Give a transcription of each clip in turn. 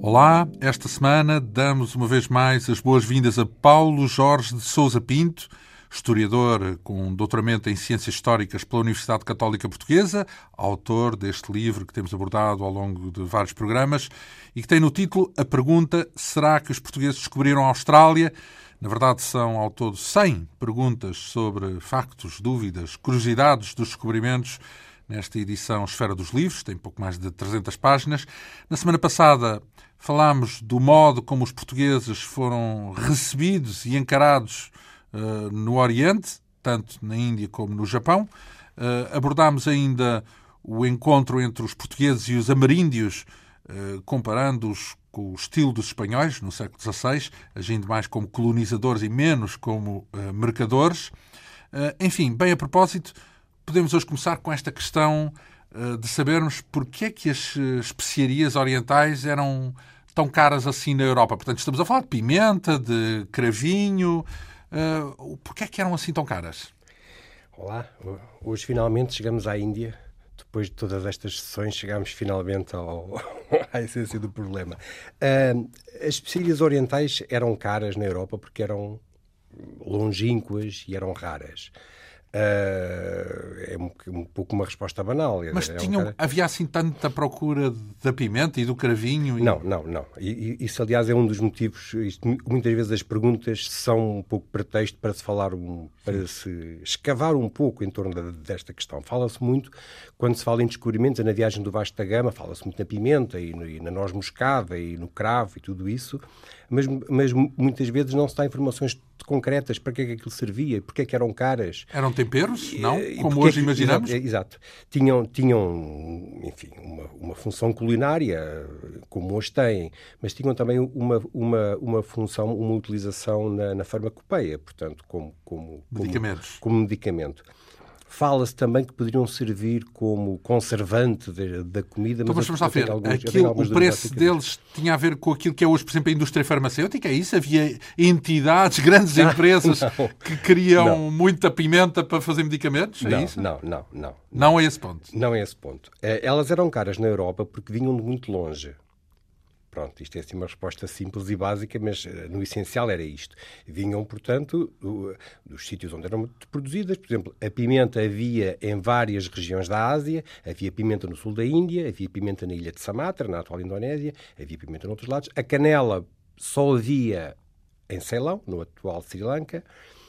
Olá, esta semana damos uma vez mais as boas-vindas a Paulo Jorge de Sousa Pinto, historiador com doutoramento em Ciências Históricas pela Universidade Católica Portuguesa, autor deste livro que temos abordado ao longo de vários programas e que tem no título a pergunta: será que os portugueses descobriram a Austrália? Na verdade, são ao todo 100 perguntas sobre factos, dúvidas, curiosidades dos descobrimentos nesta edição Esfera dos Livros, tem pouco mais de 300 páginas. Na semana passada falámos do modo como os portugueses foram recebidos e encarados no Oriente, tanto na Índia como no Japão. Abordámos ainda o encontro entre os portugueses e os ameríndios, comparando-os com o estilo dos espanhóis no século XVI, agindo mais como colonizadores e menos como mercadores. Enfim, bem a propósito, podemos hoje começar com esta questão de sabermos porque é que as especiarias orientais eram tão caras assim na Europa. Portanto, estamos a falar de pimenta, de cravinho. Porquê é que eram assim tão caras? Olá, hoje finalmente chegamos à Índia. Depois de todas estas sessões, chegamos finalmente à essência do problema. As especiarias orientais eram caras na Europa porque eram longínquas e eram raras. É um pouco uma resposta banal. Mas havia assim tanta procura da pimenta e do cravinho? Não. Isso, aliás, é um dos motivos. Muitas vezes as perguntas são um pouco pretexto para se falar, para se escavar um pouco em torno desta questão. Fala-se muito, quando se fala em descobrimentos, na viagem do Vasco da Gama, fala-se muito na pimenta e na noz moscada e no cravo e tudo isso, mas muitas vezes não se dá informações concretas para que é que aquilo servia, porque é que eram caras. Eram temperos, não? Como hoje imaginamos? Exato. Tinham enfim, uma função culinária, como hoje têm, mas tinham também uma função, uma utilização na farmacopeia, portanto, como medicamento. Fala-se também que poderiam servir como conservante da comida. Então, mas vamos lá ver. O preço deles tinha a ver com aquilo que é hoje, por exemplo, a indústria farmacêutica? É isso? Havia entidades, grandes empresas que queriam muita pimenta para fazer medicamentos? É isso? Não. Não é esse ponto? Não é esse ponto. Elas eram caras na Europa porque vinham de muito longe. Pronto, isto é assim uma resposta simples e básica, mas no essencial era isto. Vinham, portanto, dos sítios onde eram produzidas. Por exemplo, a pimenta havia em várias regiões da Ásia, havia pimenta no sul da Índia, havia pimenta na ilha de Sumatra, na atual Indonésia, havia pimenta noutros lados. A canela só havia em Ceilão, no atual Sri Lanka.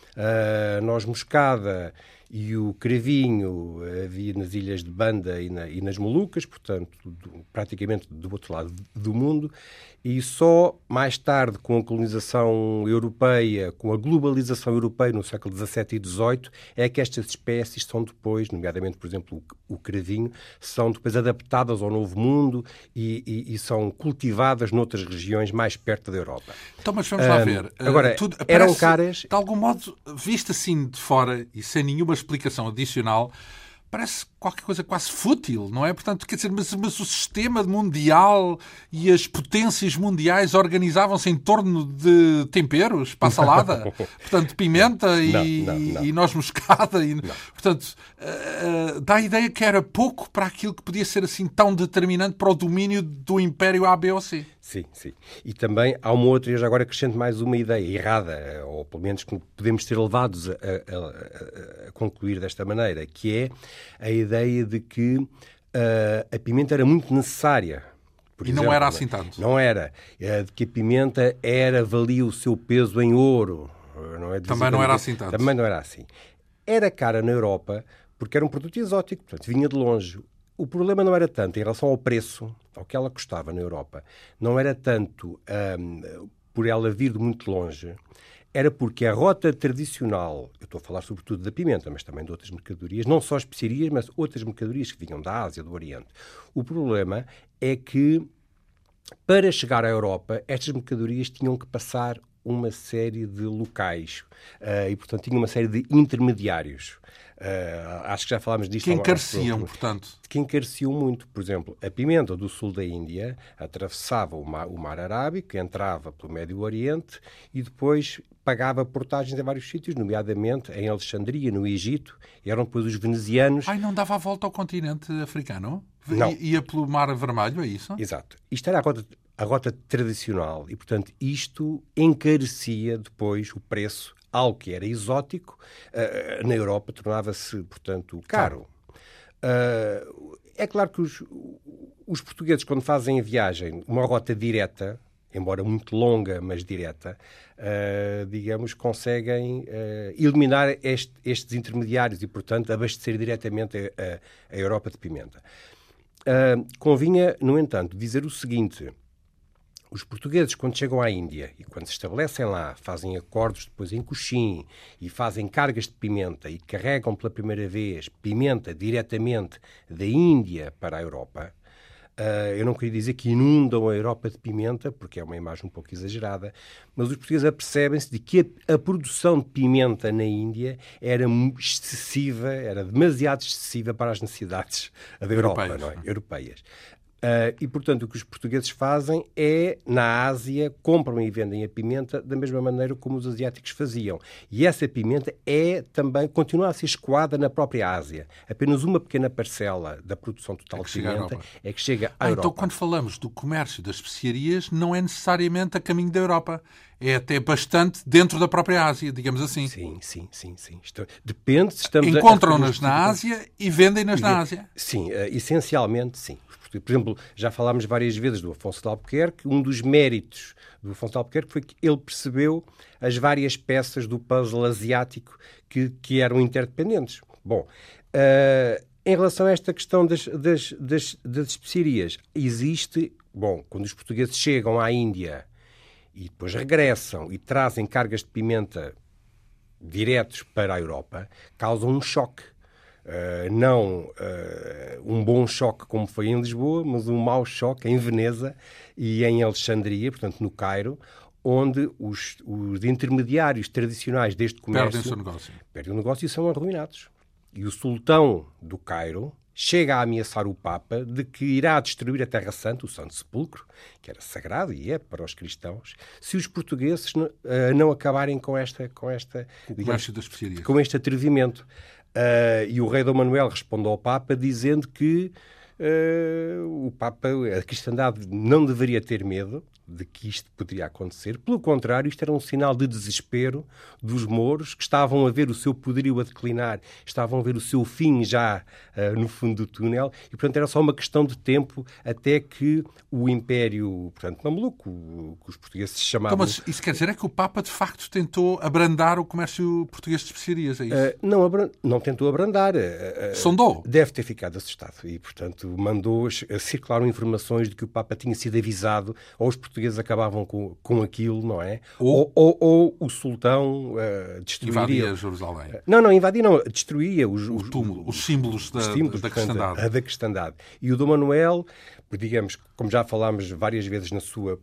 A noz moscada e o cravinho havia nas ilhas de Banda e nas Molucas, portanto, praticamente do outro lado do mundo. E só mais tarde, com a colonização europeia, com a globalização europeia no século XVII e XVIII, é que estas espécies são depois, nomeadamente, por exemplo, o cravinho, são depois adaptadas ao novo mundo e são cultivadas noutras regiões mais perto da Europa. Então, mas vamos lá ver. Agora, eram caras... De algum modo, visto assim de fora e sem nenhuma explicação adicional, parece qualquer coisa quase fútil, não é? Portanto, quer dizer, mas o sistema mundial e as potências mundiais organizavam-se em torno de temperos para a salada? Portanto, pimenta e noz moscada. Portanto, dá a ideia que era pouco para aquilo que podia ser assim tão determinante para o domínio do Império A, B ou C. Sim. E também há uma outra, e já agora acrescento mais uma ideia errada, ou pelo menos que podemos ser levados a concluir desta maneira, que é a ideia de que a pimenta era muito necessária. Por exemplo, não era assim tanto. Não era. De que a pimenta valia o seu peso em ouro. Também não era assim tanto. Também não era assim. Era cara na Europa porque era um produto exótico, portanto, vinha de longe. O problema não era tanto em relação ao preço, ao que ela custava na Europa, não era tanto por ela vir de muito longe, era porque a rota tradicional, eu estou a falar sobretudo da pimenta, mas também de outras mercadorias, não só especiarias, mas outras mercadorias que vinham da Ásia, do Oriente. O problema é que, para chegar à Europa, estas mercadorias tinham que passar uma série de locais e, portanto, tinham uma série de intermediários. Acho que já falámos disto. Que encareciam, portanto. Que encareciam muito. Por exemplo, a pimenta do sul da Índia atravessava o mar Arábico, entrava pelo Médio Oriente e depois pagava portagens em vários sítios, nomeadamente em Alexandria, no Egito. Eram depois os venezianos... Não dava a volta ao continente africano? Não. Ia pelo Mar Vermelho, é isso? Exato. Isto era a rota... a rota tradicional e, portanto, isto encarecia depois o preço, algo que era exótico, na Europa tornava-se, portanto, caro. É claro que os portugueses, quando fazem a viagem, uma rota direta, embora muito longa, mas direta, digamos, conseguem eliminar estes intermediários e, portanto, abastecer diretamente a Europa de pimenta. Convinha, no entanto, dizer o seguinte: os portugueses, quando chegam à Índia e quando se estabelecem lá, fazem acordos depois em Cochim e fazem cargas de pimenta e carregam pela primeira vez pimenta diretamente da Índia para a Europa. Eu não queria dizer que inundam a Europa de pimenta, porque é uma imagem um pouco exagerada, mas os portugueses apercebem-se de que a produção de pimenta na Índia era excessiva, era demasiado excessiva para as necessidades da Europa, não é? Europeias. E, portanto, o que os portugueses fazem é, na Ásia, compram e vendem a pimenta da mesma maneira como os asiáticos faziam. E essa pimenta também continua a ser escoada na própria Ásia. Apenas uma pequena parcela da produção total de pimenta é que chega à Europa. Então, quando falamos do comércio das especiarias, não é necessariamente a caminho da Europa. É até bastante dentro da própria Ásia, digamos assim. Sim. Depende se estamos Encontram-nas na Ásia e vendem-nas na Ásia. Sim, essencialmente sim. Por exemplo, já falámos várias vezes do Afonso de Albuquerque. Um dos méritos do Afonso de Albuquerque foi que ele percebeu as várias peças do puzzle asiático que eram interdependentes. Bom, em relação a esta questão das especiarias, quando os portugueses chegam à Índia e depois regressam e trazem cargas de pimenta diretos para a Europa, causam um choque. Não um bom choque como foi em Lisboa, mas um mau choque em Veneza e em Alexandria, portanto no Cairo, onde os intermediários tradicionais deste comércio perdem o negócio e são arruinados. E o sultão do Cairo chega a ameaçar o Papa de que irá destruir a Terra Santa, o Santo Sepulcro, que era sagrado e é para os cristãos, se os portugueses não acabarem com este atrevimento. E o rei Dom Manuel responde ao Papa dizendo que a cristandade não deveria ter medo de que isto poderia acontecer. Pelo contrário, isto era um sinal de desespero dos mouros, que estavam a ver o seu poderio a declinar, estavam a ver o seu fim já no fundo do túnel, e, portanto, era só uma questão de tempo até que o Império, portanto, mameluco, que os portugueses se chamavam... Então, mas isso quer dizer é que o Papa, de facto, tentou abrandar o comércio português de especiarias, é isso? Não tentou abrandar. Sondou? Deve ter ficado assustado e, portanto, mandou circularam informações de que o Papa tinha sido avisado, ou os portugueses acabavam com aquilo, não é? Ou o sultão destruiria... Invadia Jerusalém. Não invadia, não. Destruía os símbolos da cristandade. Da cristandade. E o Dom Manuel, digamos, como já falámos várias vezes na sua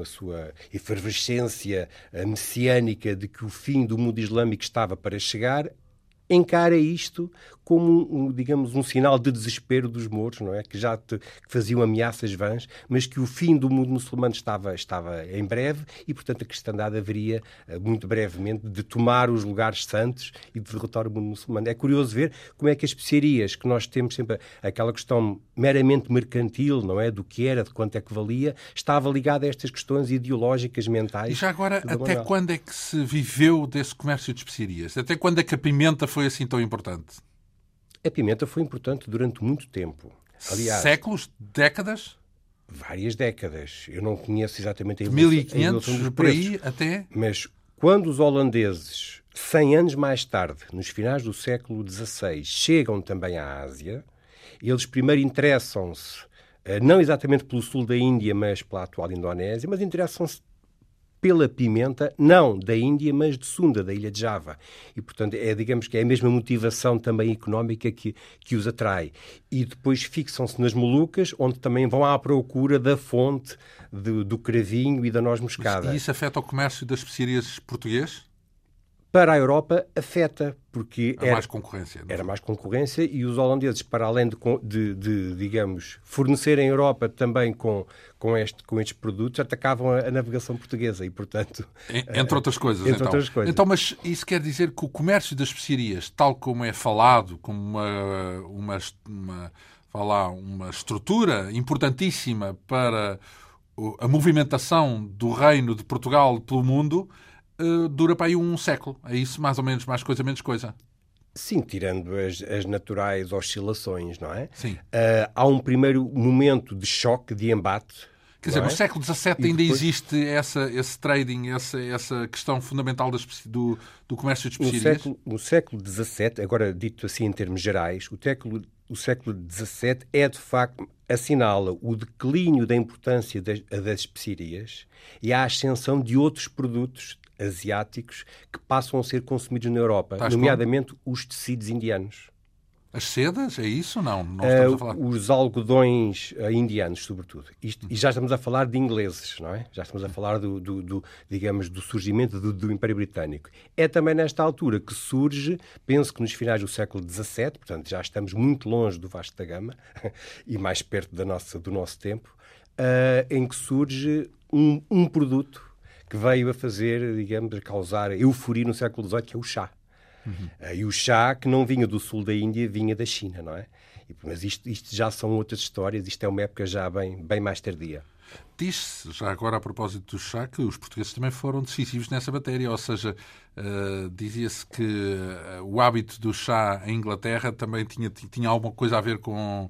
efervescência messiânica de que o fim do mundo islâmico estava para chegar, encara isto como, digamos, um sinal de desespero dos mouros, não é? Que faziam ameaças vãs, mas que o fim do mundo muçulmano estava em breve e, portanto, a cristandade haveria, muito brevemente, de tomar os lugares santos e de derrotar o mundo muçulmano. É curioso ver como é que as especiarias, que nós temos sempre aquela questão meramente mercantil, não é? Do que era, de quanto é que valia, estava ligada a estas questões ideológicas, mentais. E já agora, até quando é que se viveu desse comércio de especiarias? Até quando é que a pimenta foi assim tão importante? A pimenta foi importante durante muito tempo. Aliás, séculos? Décadas? Várias décadas. Eu não conheço exatamente a evolução. 1500 por aí até? Mas quando os holandeses, 100 anos mais tarde, nos finais do século XVI, chegam também à Ásia, eles primeiro interessam-se, não exatamente pelo sul da Índia, mas pela atual Indonésia, mas interessam-se pela pimenta, não da Índia, mas de Sunda, da ilha de Java. E, portanto, digamos que é a mesma motivação também económica que os atrai. E depois fixam-se nas Molucas, onde também vão à procura da fonte do cravinho e da noz moscada. E isso afeta o comércio das especiarias português? Para a Europa, afeta, porque era mais concorrência. Era mais concorrência e os holandeses, para além de digamos, fornecerem a Europa também com estes produtos, atacavam a navegação portuguesa e, portanto... Entre outras coisas, Então, mas isso quer dizer que o comércio das especiarias, tal como é falado, como uma estrutura importantíssima para a movimentação do reino de Portugal pelo mundo dura para aí um século. É isso, mais ou menos, mais coisa, menos coisa. Sim, tirando as naturais oscilações, não é? Sim. Há um primeiro momento de choque, de embate. Quer dizer, no século XVII ainda existe esse trading, essa questão fundamental do comércio de especiarias? No século XVII, agora dito assim em termos gerais, o século XVII é, de facto, assinala o declínio da importância das especiarias e a ascensão de outros produtos asiáticos que passam a ser consumidos na Europa, nomeadamente os tecidos indianos. As sedas? É isso? Não estamos a falar... Os algodões indianos, sobretudo. E já estamos a falar de ingleses, não é? Já estamos a falar digamos, do surgimento do Império Britânico. É também nesta altura que surge, penso que nos finais do século XVII, portanto já estamos muito longe do Vasco da Gama e mais perto do nosso tempo, em que surge um produto que veio a fazer, digamos, a causar euforia no século XVIII, que é o chá. E o chá, que não vinha do sul da Índia, vinha da China, não é? Mas isto já são outras histórias, isto é uma época já bem mais tardia. Diz-se, já agora a propósito do chá, que os portugueses também foram decisivos nessa matéria, ou seja, dizia-se que o hábito do chá em Inglaterra também tinha alguma coisa a ver com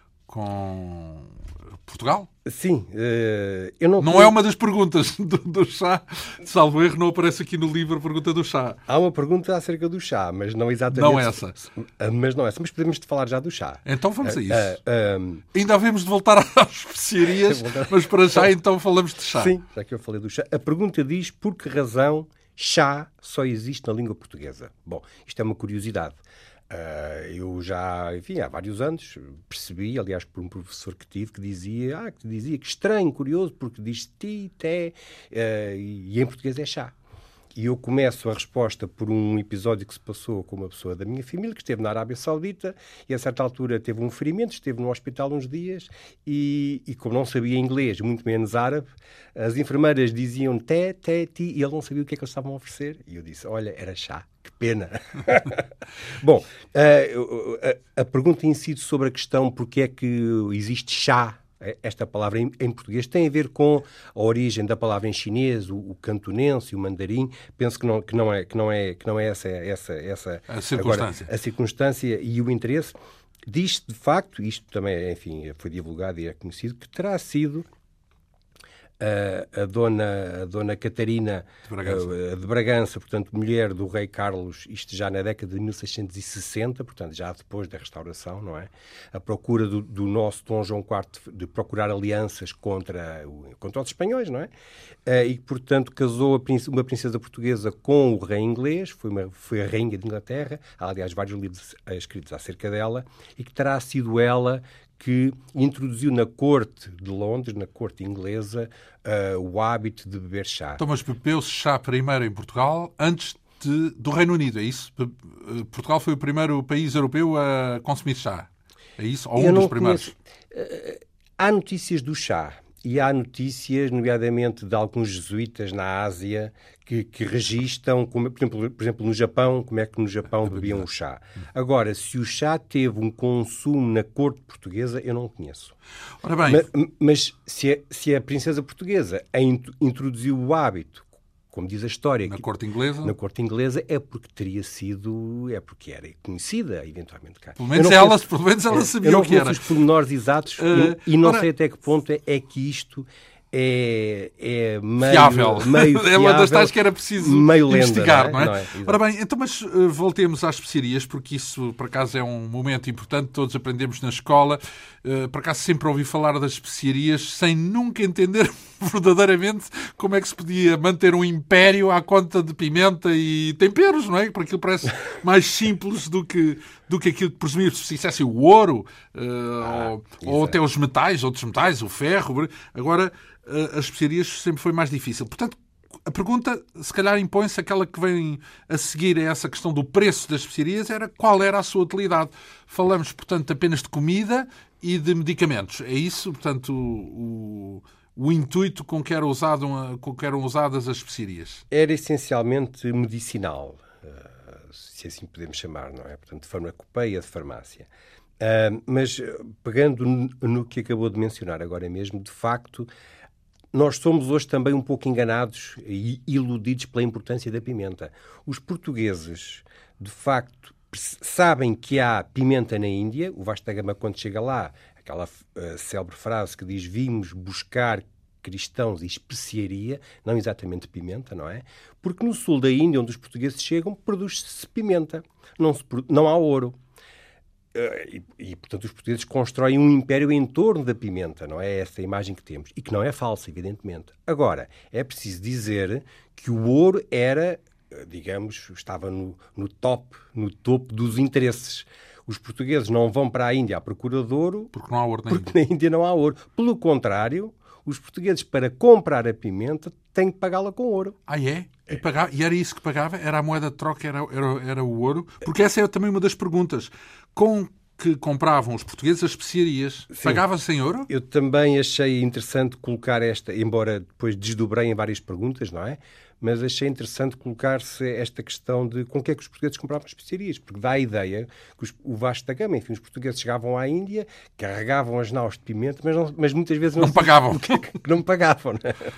Portugal? Sim. Não é uma das perguntas do chá. Salvo erro, não aparece aqui no livro a pergunta do chá. Há uma pergunta acerca do chá, mas não exatamente... Não essa. Mas não essa. Mas podemos falar já do chá. Então vamos a isso. Ainda havemos de voltar às especiarias, mas para já então falamos de chá. Sim, já que eu falei do chá. A pergunta diz por que razão chá só existe na língua portuguesa. Bom, isto é uma curiosidade. Eu já, enfim, há vários anos percebi, aliás, por um professor que tive, que dizia que estranho, curioso, porque diz ti, té, e em português é chá. E eu começo a resposta por um episódio que se passou com uma pessoa da minha família que esteve na Arábia Saudita e a certa altura teve um ferimento, esteve no hospital uns dias e como não sabia inglês, muito menos árabe, as enfermeiras diziam té, té, ti e ele não sabia o que é que eles estavam a oferecer. E eu disse, olha, era chá. Que pena. Bom, a pergunta incide sobre a questão porque é que existe chá. Esta palavra em português tem a ver com a origem da palavra em chinês, o cantonense e o mandarim. Penso que não é essa a circunstância. Agora, a circunstância e o interesse. Diz de facto, isto também, enfim, foi divulgado e é conhecido, que terá sido a dona Catarina de Bragança, portanto, mulher do rei Carlos, isto já na década de 1660, portanto, já depois da restauração, não é? A procura do nosso Dom João IV de procurar alianças contra os espanhóis, não é? E, portanto, casou uma princesa portuguesa com o rei inglês, foi a rainha de Inglaterra, há, aliás, vários livros escritos acerca dela, e que terá sido ela que introduziu na corte de Londres, na corte inglesa, o hábito de beber chá. Então, mas bebeu-se chá primeiro em Portugal, antes do Reino Unido, é isso? Portugal foi o primeiro país europeu a consumir chá, é isso? Ou um dos primeiros? Há notícias do chá. E há notícias, nomeadamente, de alguns jesuítas na Ásia que registam, por exemplo, no Japão, como é que no Japão bebiam o chá. Agora, se o chá teve um consumo na corte portuguesa, eu não conheço. Ora bem... Mas se a princesa portuguesa introduziu o hábito, como diz a história... Na corte inglesa? Na corte inglesa é porque porque era conhecida, eventualmente cá. Pelo menos ela sabia o que era. Eu não conheço os pormenores exatos e não sei até que ponto é que isto é meio fiável. É uma das tais que era preciso investigar, não é? Ora bem, então, mas voltemos às especiarias, porque isso, por acaso, é um momento importante, todos aprendemos na escola. Por acaso, sempre ouvi falar das especiarias sem nunca entender verdadeiramente como é que se podia manter um império à conta de pimenta e temperos, não é? Porque aquilo parece mais simples do que aquilo que presumir se fizesse o ouro, ou até os metais, outros metais, o ferro. Agora, as especiarias sempre foi mais difícil. Portanto, a pergunta, se calhar, impõe-se aquela que vem a seguir a essa questão do preço das especiarias, era qual era a sua utilidade. Falamos, portanto, apenas de comida e de medicamentos. É isso, portanto, o intuito com que eram usadas as especiarias? Era essencialmente medicinal, se assim podemos chamar, não é? Portanto, de farmacopeia de farmácia. Mas, pegando no que acabou de mencionar agora mesmo, de facto, nós somos hoje também um pouco enganados e iludidos pela importância da pimenta. Os portugueses, de facto, sabem que há pimenta na Índia. O Vasco da Gama, quando chega lá, aquela célebre frase que diz: vimos buscar cristãos e especiaria, não exatamente pimenta, não é? Porque no sul da Índia, onde os portugueses chegam, produz-se pimenta. Não há ouro. Portanto, os portugueses constroem um império em torno da pimenta, não é? Essa imagem que temos. E que não é falsa, evidentemente. Agora, é preciso dizer que o ouro era, digamos, estava no topo dos interesses. Os portugueses não vão para a Índia à procura de ouro porque não há ouro porque na Índia não há ouro. Pelo contrário, os portugueses, para comprar a pimenta, têm que pagá-la com ouro. Ah, é? E era isso que pagava? Era a moeda de troca? Era o ouro? Porque essa é também uma das perguntas. Com que compravam os portugueses as especiarias, pagava-se em ouro? Eu também achei interessante colocar esta, embora depois desdobrei em várias perguntas, não é? Mas achei interessante colocar-se esta questão de com que é que os portugueses compravam as especiarias, porque dá a ideia que o Vasco da Gama, enfim, os portugueses chegavam à Índia, carregavam as naus de pimenta, mas muitas vezes não pagavam. Não pagavam, não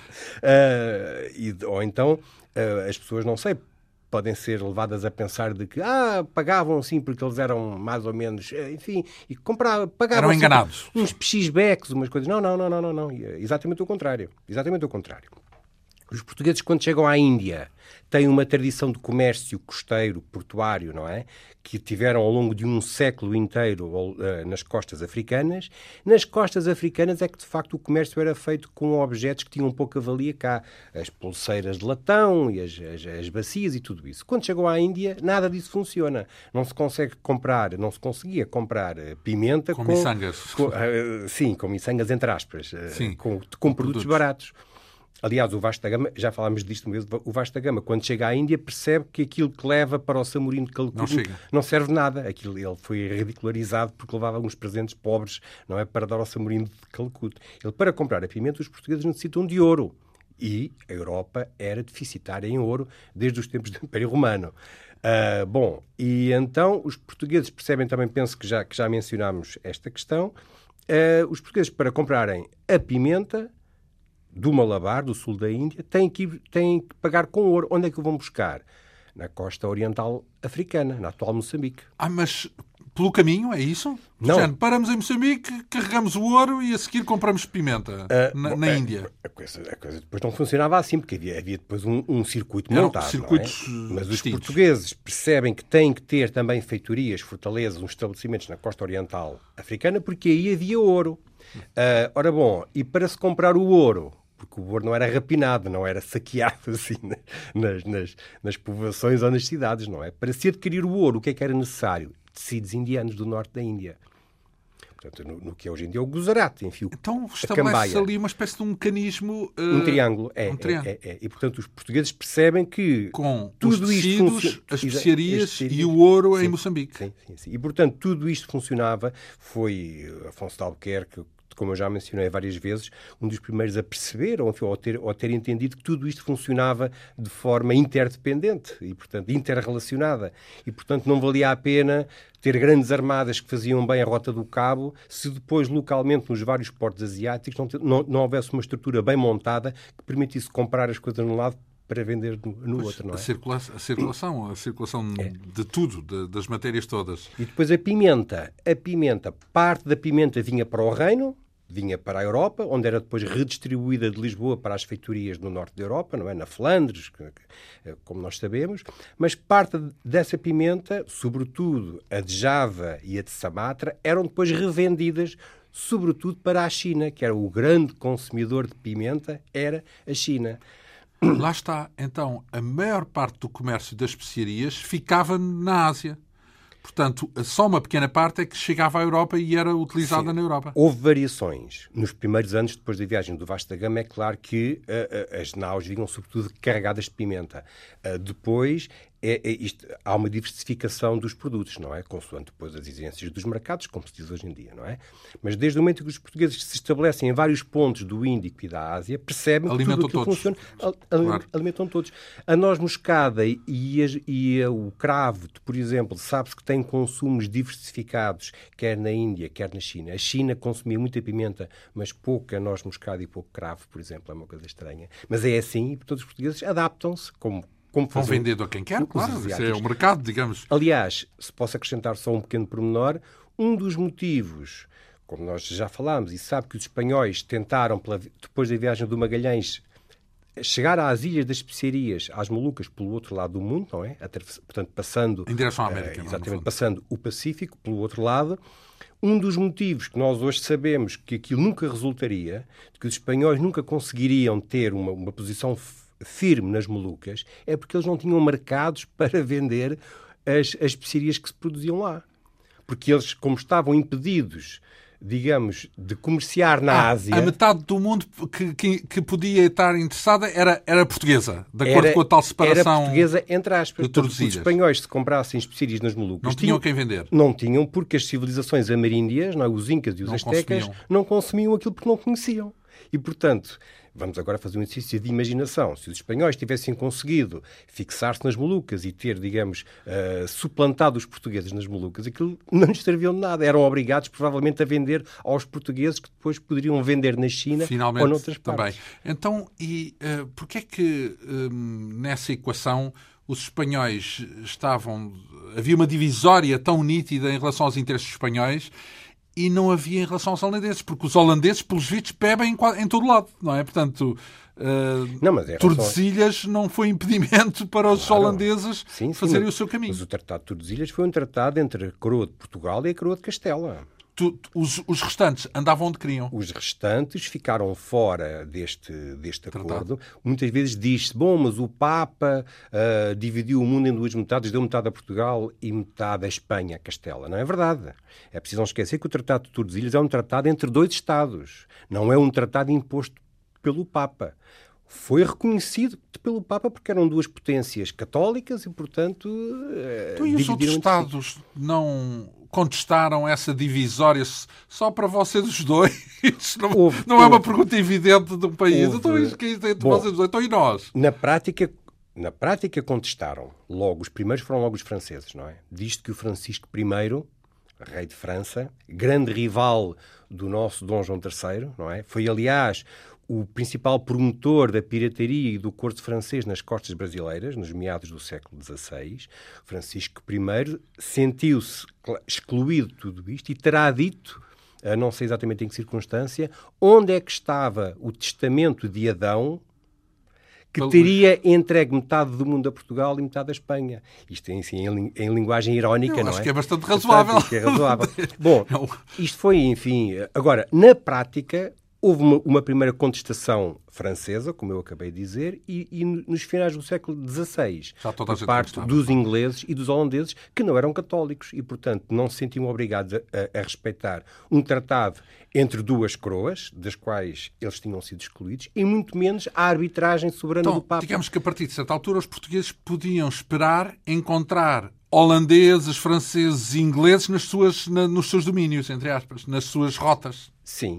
é? Ou então as pessoas, não sei, podem ser levadas a pensar de que pagavam sim porque eles eram mais ou menos, enfim, e pagavam. Eram enganados. Uns pechisbecos, umas coisas. Não. Exatamente o contrário. Exatamente o contrário. Os portugueses, quando chegam à Índia, têm uma tradição de comércio costeiro, portuário, não é? Que tiveram ao longo de um século inteiro nas costas africanas. Nas costas africanas é que, de facto, o comércio era feito com objetos que tinham pouca valia cá. As pulseiras de latão e as bacias e tudo isso. Quando chegam à Índia, nada disso funciona. Não se conseguia comprar pimenta com miçangas. Sim, com miçangas, entre aspas. Sim, com produtos baratos. Aliás, o Vasco da Gama, já falámos disto mesmo, o Vasco da Gama, quando chega à Índia, percebe que aquilo que leva para o Samorim de Calcuta não serve nada. Ele foi ridicularizado porque levava uns presentes pobres, não é, para dar ao Samorim de Calcuta. Para comprar a pimenta, os portugueses necessitam de ouro. E a Europa era deficitária em ouro desde os tempos do Império Romano. E então os portugueses percebem também, penso que já mencionámos esta questão, os portugueses, para comprarem a pimenta do Malabar, do sul da Índia, têm que pagar com ouro. Onde é que o vão buscar? Na costa oriental africana, na atual Moçambique. Mas pelo caminho, é isso? Não. Género, paramos em Moçambique, carregamos o ouro e a seguir compramos pimenta na Índia. A coisa depois não funcionava assim, porque havia depois um circuito montado. Circuitos Mas distintos. os portugueses percebem que têm que ter também feitorias, fortalezas, uns estabelecimentos na costa oriental africana, porque aí havia ouro. E para se comprar o ouro, porque o ouro não era rapinado, não era saqueado assim nas povoações ou nas cidades, não é? Para se adquirir o ouro, o que é que era necessário? Tecidos indianos do norte da Índia. Portanto, no que é hoje em dia o Gujarat, enfim, então estabelece ali uma espécie de um mecanismo... Um triângulo. E, portanto, os portugueses percebem que... Com tudo os tecidos, as especiarias e o ouro em Moçambique. Sim. E, portanto, tudo isto funcionava. Foi Afonso de Albuquerque, como eu já mencionei várias vezes, um dos primeiros a perceber ou ter entendido que tudo isto funcionava de forma interdependente e, portanto, interrelacionada. E, portanto, não valia a pena ter grandes armadas que faziam bem a Rota do Cabo se depois, localmente, nos vários portos asiáticos, não houvesse uma estrutura bem montada que permitisse comprar as coisas num lado para vender no outro, não é? A circulação de tudo, das matérias todas. E depois a pimenta, parte da pimenta vinha para o Reino, vinha para a Europa, onde era depois redistribuída de Lisboa para as feitorias no norte da Europa, não é? Na Flandres, como nós sabemos, mas parte dessa pimenta, sobretudo a de Java e a de Sumatra, eram depois revendidas sobretudo para a China, que era o grande consumidor de pimenta, era a China. Lá está. Então, a maior parte do comércio das especiarias ficava na Ásia. Portanto, só uma pequena parte é que chegava à Europa e era utilizada na Europa. Houve variações. Nos primeiros anos, depois da viagem do Vasco da Gama, é claro que as naus vinham sobretudo carregadas de pimenta. Depois há uma diversificação dos produtos, não é? Consoante depois as exigências dos mercados, como se diz hoje em dia, não é? Mas desde o momento que os portugueses se estabelecem em vários pontos do Índico e da Ásia, percebem que tudo aquilo funciona. Claro. Alimentam todos. A noz moscada e o cravo, por exemplo, sabe-se que têm consumos diversificados, quer na Índia, quer na China. A China consumia muita pimenta, mas pouca noz moscada e pouco cravo, por exemplo, é uma coisa estranha. Mas é assim e todos os portugueses adaptam-se como vão vendendo a quem quer, claro. Isso é o mercado, digamos. Aliás, se posso acrescentar só um pequeno pormenor, um dos motivos, como nós já falámos, e sabe que os espanhóis tentaram, depois da viagem do Magalhães, chegar às Ilhas das Especiarias, às Molucas, pelo outro lado do mundo, não é? Portanto, passando... Em direção à América. Exatamente, passando o Pacífico, pelo outro lado. Um dos motivos que nós hoje sabemos que aquilo nunca resultaria, que os espanhóis nunca conseguiriam ter uma posição firme nas Molucas, é porque eles não tinham mercados para vender as especiarias que se produziam lá. Porque eles, como estavam impedidos, digamos, de comerciar na Ásia... A metade do mundo que podia estar interessada era portuguesa, de acordo com a tal separação... Era portuguesa, entre aspas. Os espanhóis, se comprassem especiarias nas Molucas... Não tinham quem vender. Não tinham, porque as civilizações ameríndias, não é? Os incas e os astecas, não consumiam aquilo porque não conheciam. E, portanto... Vamos agora fazer um exercício de imaginação. Se os espanhóis tivessem conseguido fixar-se nas Molucas e ter, digamos, suplantado os portugueses nas Molucas, aquilo não lhes serviu de nada. Eram obrigados, provavelmente, a vender aos portugueses que depois poderiam vender na China finalmente, ou noutras partes. Também. Então, porquê é que nessa equação os espanhóis estavam... Havia uma divisória tão nítida em relação aos interesses espanhóis e não havia em relação aos holandeses, porque os holandeses, pelos vistos, bebem em todo lado, não é? Portanto, Tordesilhas não foi impedimento para os holandeses fazerem o seu caminho. Mas o Tratado de Tordesilhas foi um tratado entre a coroa de Portugal e a coroa de Castela. Os restantes andavam onde queriam. Os restantes ficaram fora deste acordo. Muitas vezes diz-se, mas o Papa dividiu o mundo em duas metades, deu metade a Portugal e metade a Espanha, a Castela. Não é verdade. É preciso não esquecer que o Tratado de Tordesilhas é um tratado entre dois Estados. Não é um tratado imposto pelo Papa. Foi reconhecido pelo Papa porque eram duas potências católicas e, portanto... Então, e os outros Estados não contestaram essa divisória só para vocês os dois? Não é uma pergunta evidente de um país. Então, isso que é entre vocês os dois. Então, e nós? Na prática contestaram. Os primeiros foram logo os franceses, não é? Diz que o Francisco I, rei de França, grande rival do nosso Dom João III, não é? Foi, aliás, o principal promotor da pirataria e do corso francês nas costas brasileiras, nos meados do século XVI. Francisco I sentiu-se excluído de tudo isto e terá dito, não sei exatamente em que circunstância, onde é que estava o testamento de Adão, que teria entregue metade do mundo a Portugal e metade a Espanha. Isto em linguagem irónica, não é? Acho que é bastante razoável. Acho que é razoável. Bom, isto foi, enfim... Agora, na prática... Houve uma primeira contestação francesa, como eu acabei de dizer, e nos finais do século XVI, por parte dos ingleses e dos holandeses, que não eram católicos e, portanto, não se sentiam obrigados a respeitar um tratado entre duas coroas, das quais eles tinham sido excluídos, e muito menos a arbitragem soberana do Papa. Digamos que, a partir de certa altura, os portugueses podiam esperar encontrar holandeses, franceses e ingleses nos seus domínios, entre aspas, nas suas rotas. Sim.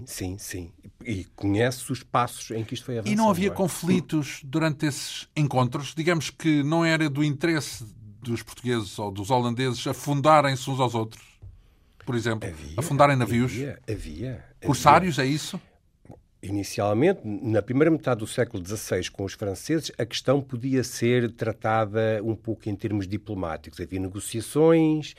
E conhece os passos em que isto foi avançado. E não havia conflitos durante esses encontros? Digamos que não era do interesse dos portugueses ou dos holandeses afundarem-se uns aos outros? Por exemplo, afundarem navios? Havia. Corsários, é isso? Inicialmente, na primeira metade do século XVI, com os franceses, a questão podia ser tratada um pouco em termos diplomáticos. Havia negociações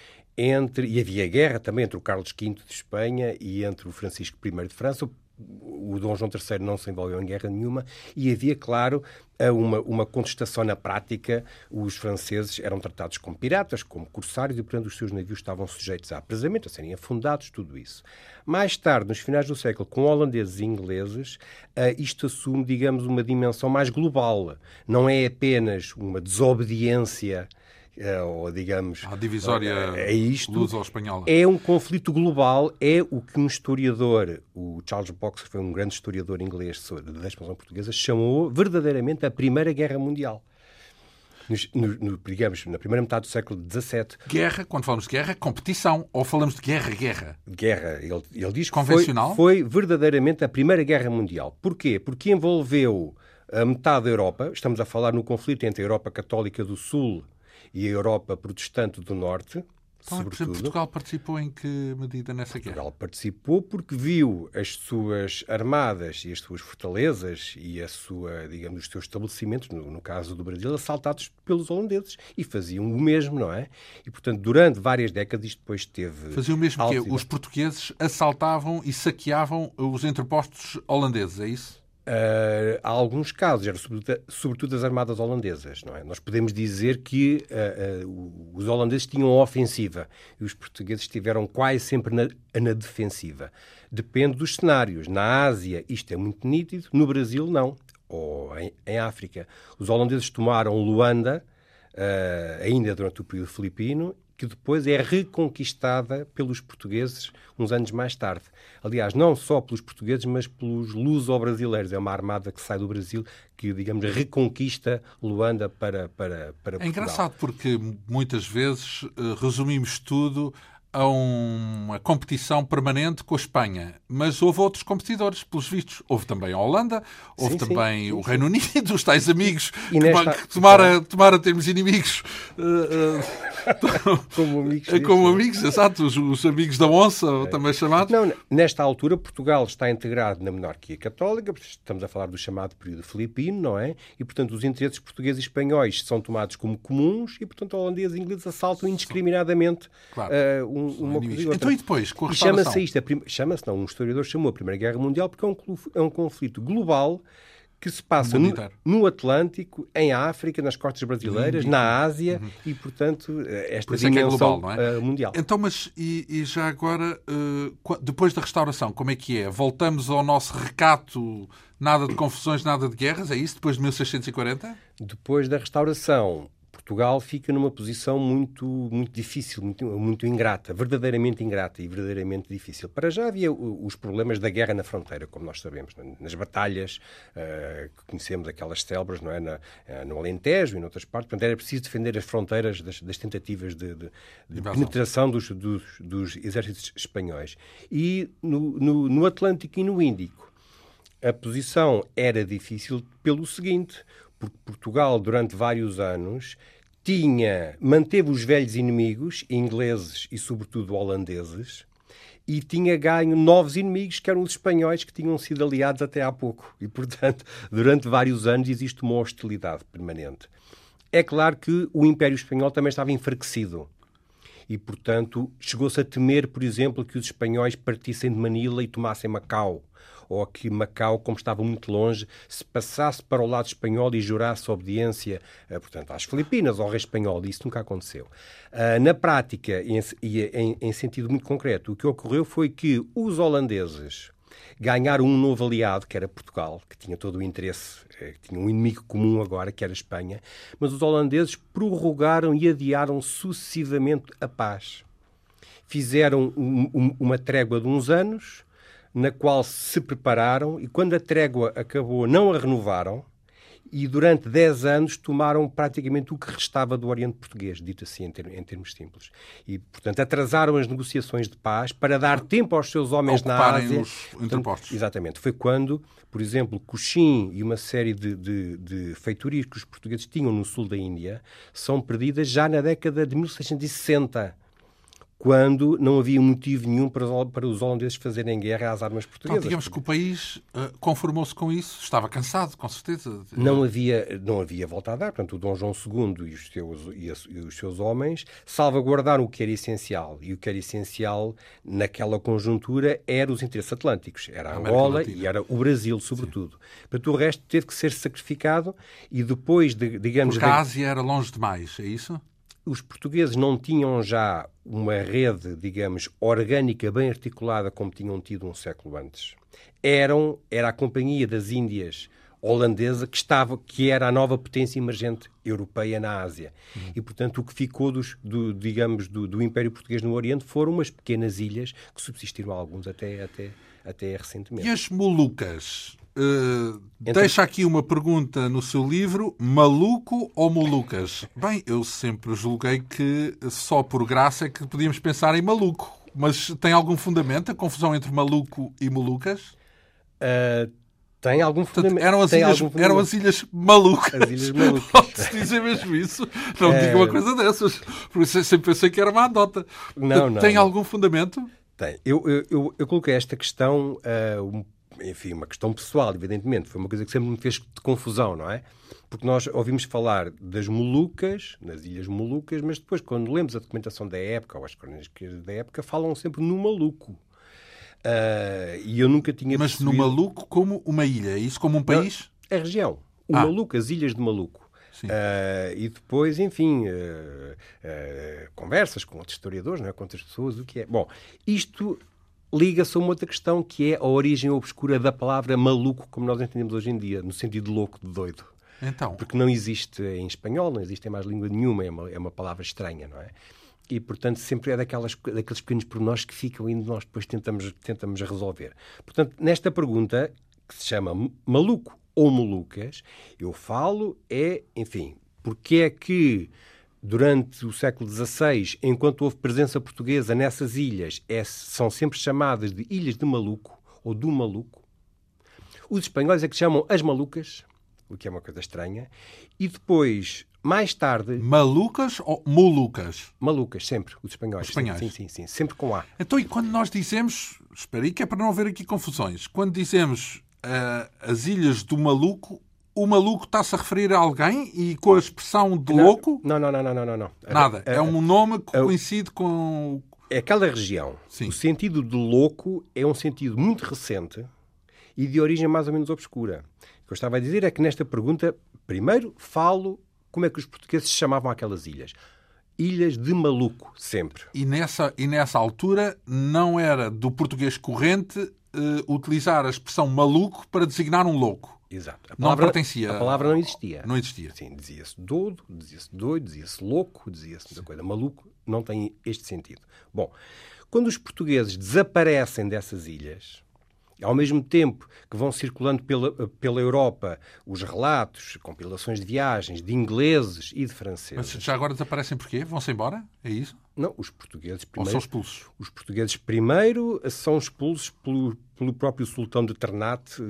e havia guerra também entre o Carlos V de Espanha e entre o Francisco I de França. O Dom João III não se envolveu em guerra nenhuma e havia, claro, uma contestação na prática. Os franceses eram tratados como piratas, como corsários e, portanto, os seus navios estavam sujeitos a apresamento, a serem afundados, tudo isso. Mais tarde, nos finais do século, com holandeses e ingleses, isto assume, digamos, uma dimensão mais global. Não é apenas uma desobediência ou, digamos... A divisória luso-espanhola. É um conflito global, é o que um historiador, o Charles Boxer, foi um grande historiador inglês da expansão portuguesa, chamou verdadeiramente a Primeira Guerra Mundial. Digamos, na primeira metade do século XVII. Guerra, quando falamos de guerra, competição, ou falamos de guerra? Guerra. Ele diz que convencional? Foi verdadeiramente a Primeira Guerra Mundial. Porquê? Porque envolveu a metade da Europa. Estamos a falar no conflito entre a Europa Católica do Sul e a Europa Protestante do Norte. Então, por exemplo, Portugal participou em que medida nessa guerra? Portugal participou porque viu as suas armadas e as suas fortalezas e os seus estabelecimentos, no caso do Brasil, assaltados pelos holandeses e faziam o mesmo, não é? E, portanto, durante várias décadas isto depois teve... Faziam o mesmo que os portugueses assaltavam e saqueavam os entrepostos holandeses, é isso? Há alguns casos, era sobretudo as armadas holandesas, não é? Nós podemos dizer que os holandeses tinham a ofensiva e os portugueses estiveram quase sempre na defensiva. Depende dos cenários. Na Ásia isto é muito nítido, no Brasil não, ou em África. Os holandeses tomaram Luanda, ainda durante o período filipino, que depois é reconquistada pelos portugueses uns anos mais tarde. Aliás, não só pelos portugueses, mas pelos luso-brasileiros. É uma armada que sai do Brasil que, digamos, reconquista Luanda para Portugal. É engraçado porque muitas vezes resumimos tudo a uma competição permanente com a Espanha. Mas houve outros competidores, pelos vistos. Houve também a Holanda, houve também o Reino Unido, os tais amigos. Tomara termos inimigos. Como amigos, exato. Os amigos da onça, também chamados. Não, nesta altura, Portugal está integrado na monarquia católica. Estamos a falar do chamado período filipino, não é? E, portanto, os interesses portugueses e espanhóis são tomados como comuns e, portanto, holandeses e ingleses assaltam indiscriminadamente uma coisa e outra. Então e depois, com a restauração? Chama-se um historiador chamou a Primeira Guerra Mundial porque é um conflito global que se passa no Atlântico, em África, nas costas brasileiras, na Ásia e, portanto, esta dimensão global, não é? Mundial. Então, mas e já agora, depois da restauração, como é que é? Voltamos ao nosso recato, nada de confusões, nada de guerras, é isso? Depois de 1640? Depois da restauração, Portugal fica numa posição muito difícil, muito ingrata, verdadeiramente ingrata e verdadeiramente difícil. Para já havia os problemas da guerra na fronteira, como nós sabemos, nas batalhas que conhecemos, aquelas célebres, não é? No Alentejo e noutras partes. Portanto, era preciso defender as fronteiras das tentativas de penetração dos exércitos espanhóis. E no Atlântico e no Índico, a posição era difícil pelo seguinte, porque Portugal, durante vários anos, manteve os velhos inimigos, ingleses e, sobretudo, holandeses, e tinha ganho novos inimigos, que eram os espanhóis, que tinham sido aliados até há pouco. E, portanto, durante vários anos existe uma hostilidade permanente. É claro que o Império Espanhol também estava enfraquecido. E, portanto, chegou-se a temer, por exemplo, que os espanhóis partissem de Manila e tomassem Macau. Ou que Macau, como estava muito longe, se passasse para o lado espanhol e jurasse obediência, portanto, às Filipinas, ao rei espanhol. Isso nunca aconteceu. Na prática, e em sentido muito concreto, o que ocorreu foi que os holandeses ganharam um novo aliado, que era Portugal, que tinha todo o interesse, que tinha um inimigo comum agora, que era a Espanha, mas os holandeses prorrogaram e adiaram sucessivamente a paz. Fizeram uma trégua de uns anos, na qual se prepararam, e quando a trégua acabou não a renovaram, e durante 10 anos tomaram praticamente o que restava do Oriente Português, dito assim em termos simples. E, portanto, atrasaram as negociações de paz para dar tempo aos seus homens na Ásia. Os interpostos. Exatamente. Foi quando, por exemplo, Cochin e uma série de feitorias que os portugueses tinham no sul da Índia são perdidas já na década de 1660. Quando não havia motivo nenhum para os holandeses fazerem guerra às armas portuguesas. Então, digamos que o país conformou-se com isso, estava cansado, com certeza. Não havia volta a dar. Portanto, o Dom João II e os seus homens salvaguardaram o que era essencial. E o que era essencial naquela conjuntura eram os interesses atlânticos. Era a Angola e era o Brasil, sobretudo. Portanto, o resto teve que ser sacrificado e depois, digamos... Porque a Ásia era longe demais, é isso? Os portugueses não tinham já uma rede, digamos, orgânica bem articulada como tinham tido um século antes. Era a Companhia das Índias holandesa que era a nova potência emergente europeia na Ásia. E, portanto, o que ficou do Império Português no Oriente foram umas pequenas ilhas que subsistiram alguns até recentemente. E as Molucas? deixa aqui uma pergunta no seu livro: maluco ou molucas? Bem, eu sempre julguei que só por graça é que podíamos pensar em maluco. Mas tem algum fundamento a confusão entre maluco e molucas? Tem algum fundamento. Eram as Ilhas Malucas. As Ilhas Malucas. Pode-se dizer mesmo isso? Não diga uma coisa dessas. Porque eu sempre pensei que era uma anedota. Não. Tem algum fundamento? Tem. Eu coloquei esta questão, enfim, uma questão pessoal, evidentemente. Foi uma coisa que sempre me fez de confusão, não é? Porque nós ouvimos falar das Molucas, nas Ilhas Molucas, mas depois, quando lemos a documentação da época, ou as crónicas da época, falam sempre no Maluco. E eu nunca tinha Mas percebido... no Maluco como uma ilha? É isso como um país? Não, a região. O Maluco, as Ilhas de Maluco. E depois, enfim, conversas com outros historiadores, não é? Com outras pessoas, o que é. Bom, isto liga-se a uma outra questão, que é a origem obscura da palavra maluco, como nós entendemos hoje em dia, no sentido de louco, de doido. Então. Porque não existe em espanhol, não existe em mais língua nenhuma, é uma palavra estranha, não é? E, portanto, sempre é daqueles pequenos pormenores que ficam e nós depois tentamos resolver. Portanto, nesta pergunta, que se chama maluco ou molucas, eu falo enfim, porque é que durante o século XVI, enquanto houve presença portuguesa nessas ilhas, são sempre chamadas de Ilhas de Maluco ou do Maluco. Os espanhóis é que chamam as Malucas, o que é uma coisa estranha, e depois, mais tarde... Malucas ou Molucas? Malucas, sempre, os espanhóis. Os espanhóis. Sim, sempre com A. Então, e quando nós dizemos... Espera aí, que é para não haver aqui confusões. Quando dizemos as Ilhas do Maluco, o maluco está-se a referir a alguém e com a expressão de louco? Não. Nada. É um nome que coincide com... É aquela região. Sim. O sentido de louco é um sentido muito recente e de origem mais ou menos obscura. O que eu estava a dizer é que nesta pergunta, primeiro falo como é que os portugueses chamavam aquelas ilhas. Ilhas de Maluco, sempre. E nessa altura não era do português corrente utilizar a expressão maluco para designar um louco. Exato. Não pertencia. A palavra não existia. Não existia. Sim, dizia-se doido, dizia-se louco, dizia-se muita coisa. Maluco não tem este sentido. Bom, quando os portugueses desaparecem dessas ilhas, ao mesmo tempo que vão circulando pela Europa os relatos, compilações de viagens de ingleses e de franceses... Mas já agora desaparecem porquê? Vão-se embora? É isso? Não, os portugueses primeiro... Ou são expulsos? Os portugueses primeiro são expulsos pelo próprio sultão de Ternate,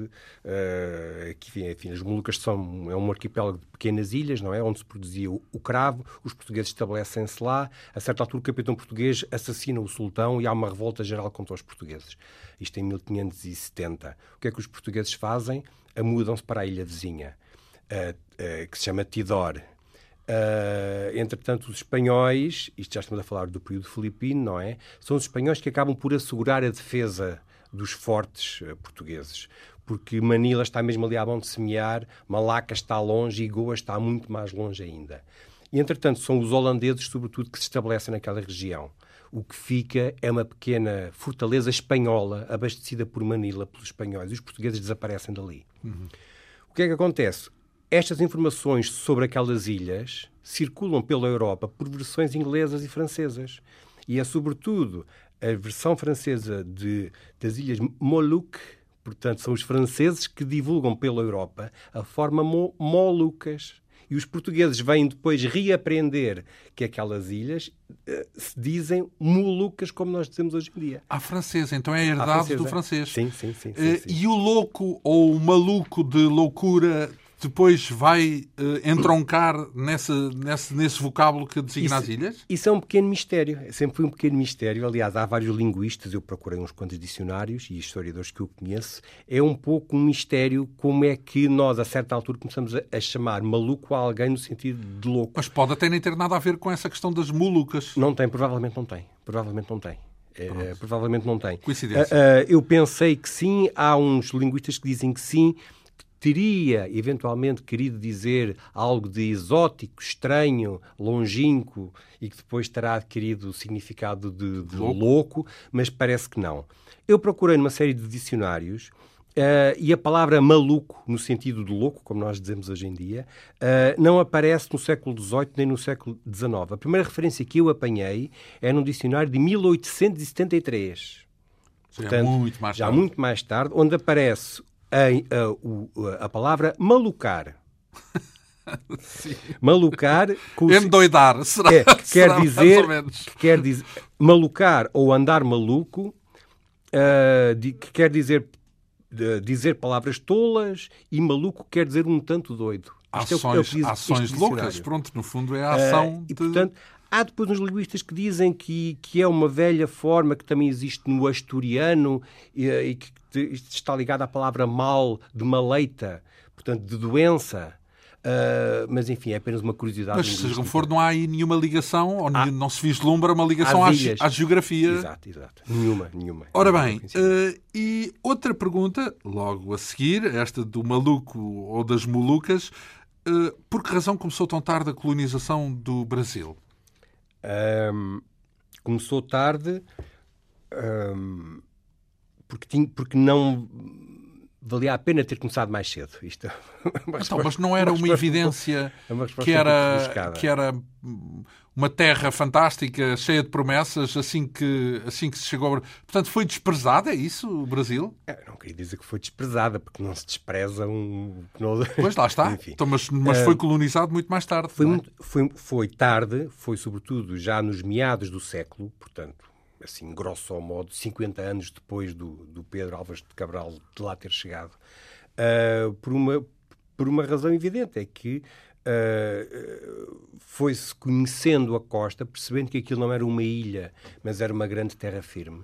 que, enfim, as Molucas é um arquipélago de pequenas ilhas, não é? Onde se produzia o cravo, os portugueses estabelecem-se lá, a certa altura o capitão português assassina o sultão e há uma revolta geral contra os portugueses. Isto em 1570. O que é que os portugueses fazem? Mudam-se para a ilha vizinha, que se chama Tidor. Entretanto, os espanhóis, isto já estamos a falar do período filipino, não é? São os espanhóis que acabam por assegurar a defesa dos fortes portugueses. Porque Manila está mesmo ali à mão de semear, Malaca está longe e Goa está muito mais longe ainda. E, entretanto, são os holandeses, sobretudo, que se estabelecem naquela região. O que fica é uma pequena fortaleza espanhola, abastecida por Manila, pelos espanhóis. E os portugueses desaparecem dali. O que é que acontece? Estas informações sobre aquelas ilhas circulam pela Europa por versões inglesas e francesas. E é, sobretudo, a versão francesa das Ilhas Molucas, portanto, são os franceses que divulgam pela Europa a forma Molucas. E os portugueses vêm depois reaprender que aquelas ilhas se dizem Molucas, como nós dizemos hoje em dia. À francesa, então é herdado do francês. Sim. E o louco ou o maluco de loucura depois vai entroncar nesse vocábulo que designa as ilhas? Isso é um pequeno mistério. Sempre foi um pequeno mistério. Aliás, há vários linguistas, eu procurei uns quantos dicionários e historiadores que eu conheço. É um pouco um mistério como é que nós, a certa altura, começamos a chamar maluco a alguém no sentido de louco. Mas pode até nem ter nada a ver com essa questão das Molucas. Não tem, provavelmente não tem. Provavelmente não tem. Coincidência. Eu pensei que sim. Há uns linguistas que dizem que sim, teria, eventualmente, querido dizer algo de exótico, estranho, longínquo e que depois terá adquirido o significado de louco, mas parece que não. Eu procurei numa série de dicionários e a palavra maluco, no sentido de louco, como nós dizemos hoje em dia, não aparece no século XVIII nem no século XIX. A primeira referência que eu apanhei é num dicionário de 1873. Portanto, muito mais tarde. Muito mais tarde, onde aparece a palavra malucar. Malucar... Endoidar, será? Quer dizer malucar ou andar maluco, que quer dizer palavras tolas, e maluco quer dizer um tanto doido. Ações loucas, pronto, no fundo é a ação e, portanto, há depois uns linguistas que dizem que é uma velha forma que também existe no asturiano e que está ligada à palavra mal, de maleita, portanto, de doença. Mas, enfim, é apenas uma curiosidade. Mas, seja como for, não há aí nenhuma ligação, ou não se vislumbra uma ligação à geografia. Exato. Nenhuma. Ora bem, e outra pergunta, logo a seguir, esta do maluco ou das molucas, por que razão começou tão tarde a colonização do Brasil? Começou tarde porque não valia a pena ter começado mais cedo. Mas não era uma evidência que era uma terra fantástica, cheia de promessas, assim que se chegou... Portanto, foi desprezada, é isso, o Brasil? Eu não queria dizer que foi desprezada, porque não se despreza um... Pois, lá está. Então, mas foi colonizado muito mais tarde. Foi tarde, foi sobretudo já nos meados do século, portanto, assim, grosso modo, 50 anos depois do Pedro Álvares de Cabral de lá ter chegado, por uma razão evidente, é que foi-se conhecendo a costa, percebendo que aquilo não era uma ilha, mas era uma grande terra firme.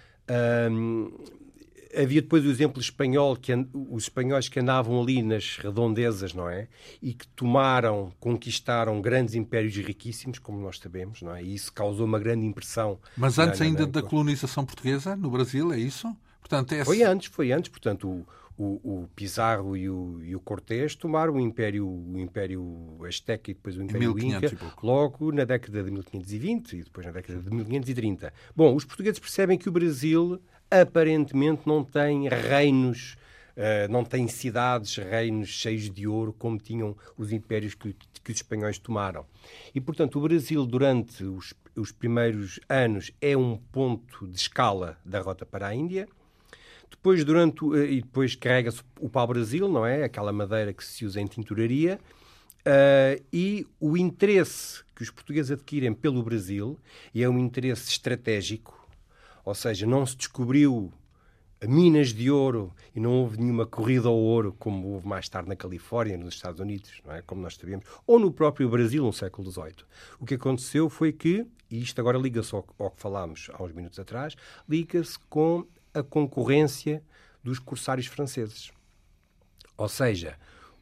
Havia depois o exemplo espanhol, os espanhóis que andavam ali nas redondezas, não é? E que conquistaram grandes impérios riquíssimos, como nós sabemos, não é? E isso causou uma grande impressão. Mas antes ainda da colonização portuguesa, no Brasil, é isso? Portanto, Foi antes. Portanto, o Pizarro e o Cortés tomaram o Império Azteca e depois o Império Inca, logo na década de 1520 e depois na década de 1530. Bom, os portugueses percebem que o Brasil aparentemente não tem reinos, não tem cidades, reinos cheios de ouro, como tinham os impérios que os espanhóis tomaram. E, portanto, o Brasil, durante os primeiros anos, é um ponto de escala da rota para a Índia. Depois carrega-se o pau-brasil, não é? Aquela madeira que se usa em tinturaria. E o interesse que os portugueses adquirem pelo Brasil, e é um interesse estratégico, ou seja, não se descobriu minas de ouro e não houve nenhuma corrida ao ouro, como houve mais tarde na Califórnia, nos Estados Unidos, não é? Como nós sabemos, ou no próprio Brasil, no século XVIII. O que aconteceu foi que, e isto agora liga-se ao que falámos há uns minutos atrás, liga-se com a concorrência dos corsários franceses. Ou seja,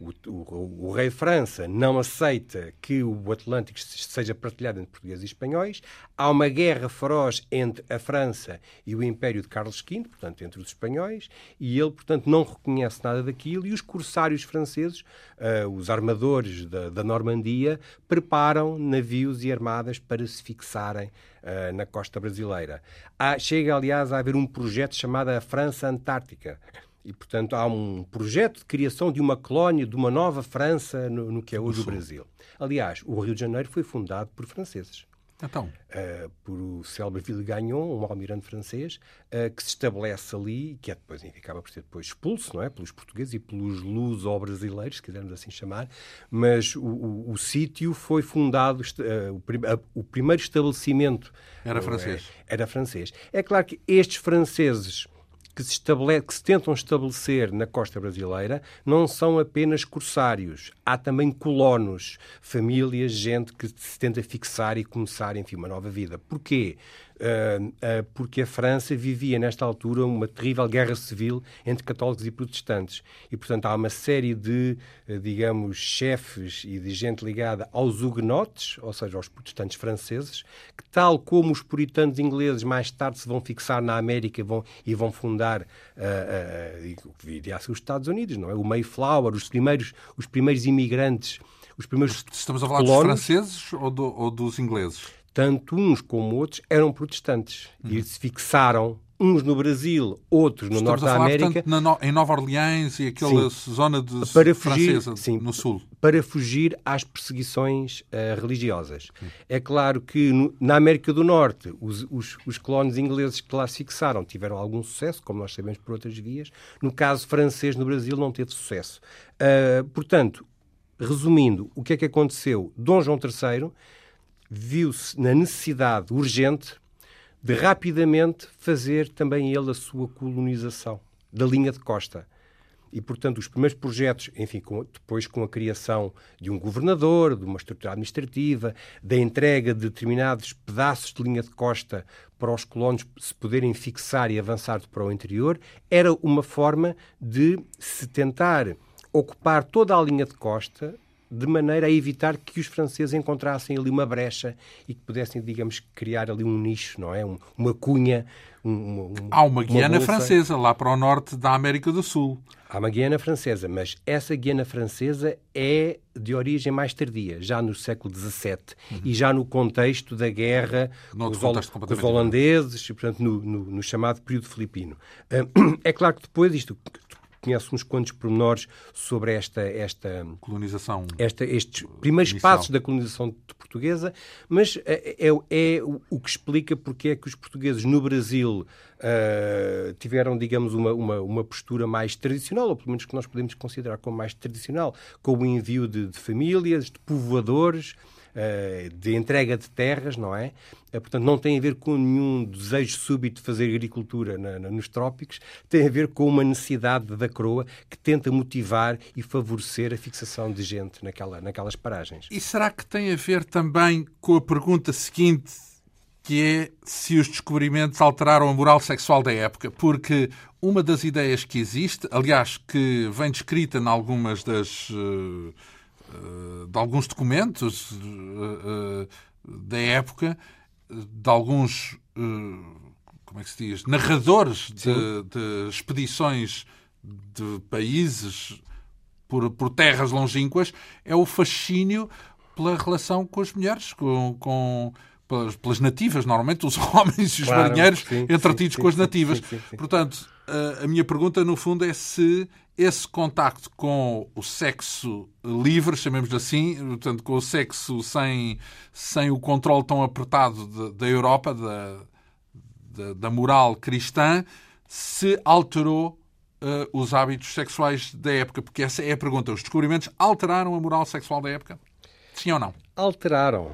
o rei de França não aceita que o Atlântico seja partilhado entre portugueses e espanhóis. Há uma guerra feroz entre a França e o Império de Carlos V, portanto, entre os espanhóis, e ele, portanto, não reconhece nada daquilo, e os corsários franceses, os armadores da Normandia, preparam navios e armadas para se fixarem na costa brasileira. Chega, aliás, a haver um projeto chamado a França Antártica. E, portanto, há um projeto de criação de uma colónia, de uma nova França no que é hoje o Brasil. Aliás, o Rio de Janeiro foi fundado por franceses. Então? Por o célebre Villegagnon, um almirante francês, que se estabelece ali, que depois acaba por ser depois expulso, não é? Pelos portugueses e pelos luso-brasileiros, se quisermos assim chamar, mas o sítio foi fundado, o primeiro estabelecimento... Era francês. Era francês. É claro que estes franceses que se tentam estabelecer na costa brasileira não são apenas corsários. Há também colonos, famílias, gente que se tenta fixar e começar, enfim, uma nova vida. Porquê? Porque a França vivia, nesta altura, uma terrível guerra civil entre católicos e protestantes. E, portanto, há uma série de, digamos, chefes e de gente ligada aos huguenotes, ou seja, aos protestantes franceses, que, tal como os puritanos ingleses mais tarde se vão fixar na América e vão fundar viria a ser os Estados Unidos, não é? O Mayflower, os primeiros imigrantes, os primeiros Estamos a falar colonos, dos franceses ou dos ingleses? Tanto uns como outros eram protestantes e se fixaram uns no Brasil, outros no Norte da América. Em Nova Orleans e aquela zona francesa no sul. Para fugir às perseguições religiosas. É claro que na América do Norte os colónios ingleses que lá se fixaram tiveram algum sucesso, como nós sabemos por outras vias. No caso francês, no Brasil, não teve sucesso. Portanto, resumindo, o que é que aconteceu? Dom João III viu-se na necessidade urgente de rapidamente fazer também ele a sua colonização da linha de costa. E, portanto, os primeiros projetos, enfim, depois com a criação de um governador, de uma estrutura administrativa, da entrega de determinados pedaços de linha de costa para os colonos se poderem fixar e avançar para o interior, era uma forma de se tentar ocupar toda a linha de costa de maneira a evitar que os franceses encontrassem ali uma brecha e que pudessem, digamos, criar ali um nicho, não é? Uma cunha. Há uma Guiana francesa lá para o norte da América do Sul. Há uma Guiana francesa, mas essa Guiana francesa é de origem mais tardia, já no século XVII, e já no contexto da guerra com os holandeses, e, portanto, no chamado período filipino. É claro que depois isto... Conheço uns quantos pormenores sobre esta colonização, estes primeiros passos da colonização portuguesa, mas é o que explica porque é que os portugueses no Brasil tiveram, digamos, uma postura mais tradicional, ou pelo menos que nós podemos considerar como mais tradicional, com o envio de famílias, de povoadores, de entrega de terras, não é? Portanto, não tem a ver com nenhum desejo súbito de fazer agricultura nos trópicos, tem a ver com uma necessidade da coroa que tenta motivar e favorecer a fixação de gente naquelas paragens. E será que tem a ver também com a pergunta seguinte, que é se os descobrimentos alteraram a moral sexual da época? Porque uma das ideias que existe, aliás, que vem descrita em algumas de alguns documentos da época, de alguns, como é que se diz, narradores de expedições de países por terras longínquas, é o fascínio pela relação com as mulheres, pelas nativas, normalmente os homens e os marinheiros entretidos com as nativas. Portanto, a minha pergunta, no fundo, é se esse contacto com o sexo livre, chamemos assim, portanto, com o sexo sem o controle tão apertado da Europa, da moral cristã, se alterou os hábitos sexuais da época. Porque essa é a pergunta. Os descobrimentos alteraram a moral sexual da época? Sim ou não? Alteraram.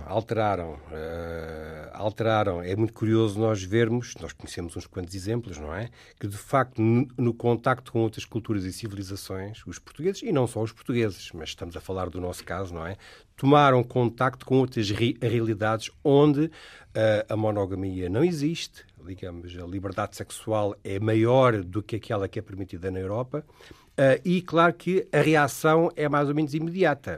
É muito curioso nós conhecemos uns quantos exemplos, não é? Que, de facto, no contacto com outras culturas e civilizações, os portugueses, e não só os portugueses, mas estamos a falar do nosso caso, não é? Tomaram contacto com outras realidades onde a monogamia não existe, digamos, a liberdade sexual é maior do que aquela que é permitida na Europa, e, claro, que a reação é mais ou menos imediata.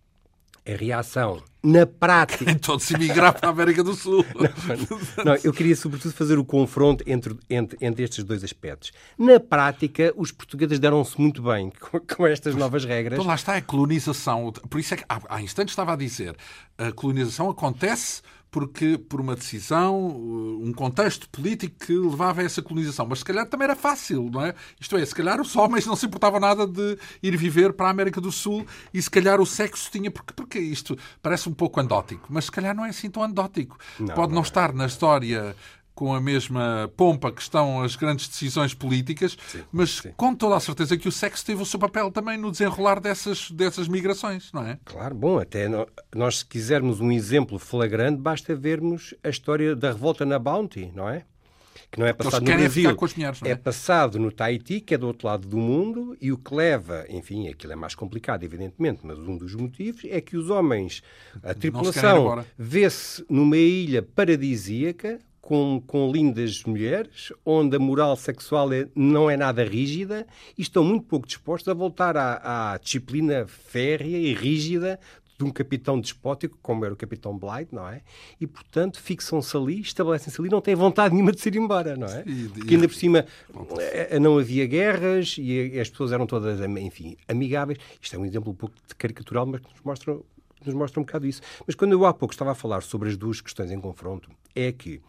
A reação, na prática... Então se migrar para a América do Sul. Não, eu queria, sobretudo, fazer o confronto entre estes dois aspectos. Na prática, os portugueses deram-se muito bem com estas novas regras. Então lá está a colonização. Por isso é que há instantes estava a dizer, a colonização acontece porque por uma decisão, um contexto político que levava a essa colonização. Mas se calhar também era fácil, não é? Isto é, se calhar os homens não se importavam nada de ir viver para a América do Sul e se calhar o sexo tinha... Porque isto parece um pouco anedótico, mas se calhar não é assim tão anedótico. Pode não estar na história com a mesma pompa que estão as grandes decisões políticas, mas com toda a certeza que o sexo teve o seu papel também no desenrolar dessas migrações, não é? Claro, bom, até nós se quisermos um exemplo flagrante, basta vermos a história da revolta na Bounty, não é? Que não é passado no Brasil, com as mulheres, não é? É passado no Tahiti, que é do outro lado do mundo, e o que leva, enfim, aquilo é mais complicado, evidentemente, mas um dos motivos é que os homens, a tripulação, vê-se numa ilha paradisíaca, com lindas mulheres, onde a moral sexual não é nada rígida e estão muito pouco dispostos a voltar à disciplina férrea e rígida de um capitão despótico, como era o capitão Bligh, não é? E, portanto, fixam-se ali, estabelecem-se ali, não têm vontade nenhuma de se ir embora, não é? Porque ainda por cima não havia guerras e as pessoas eram todas, enfim, amigáveis. Isto é um exemplo um pouco caricatural, mas nos mostra um bocado isso. Mas quando eu há pouco estava a falar sobre as duas questões em confronto, é que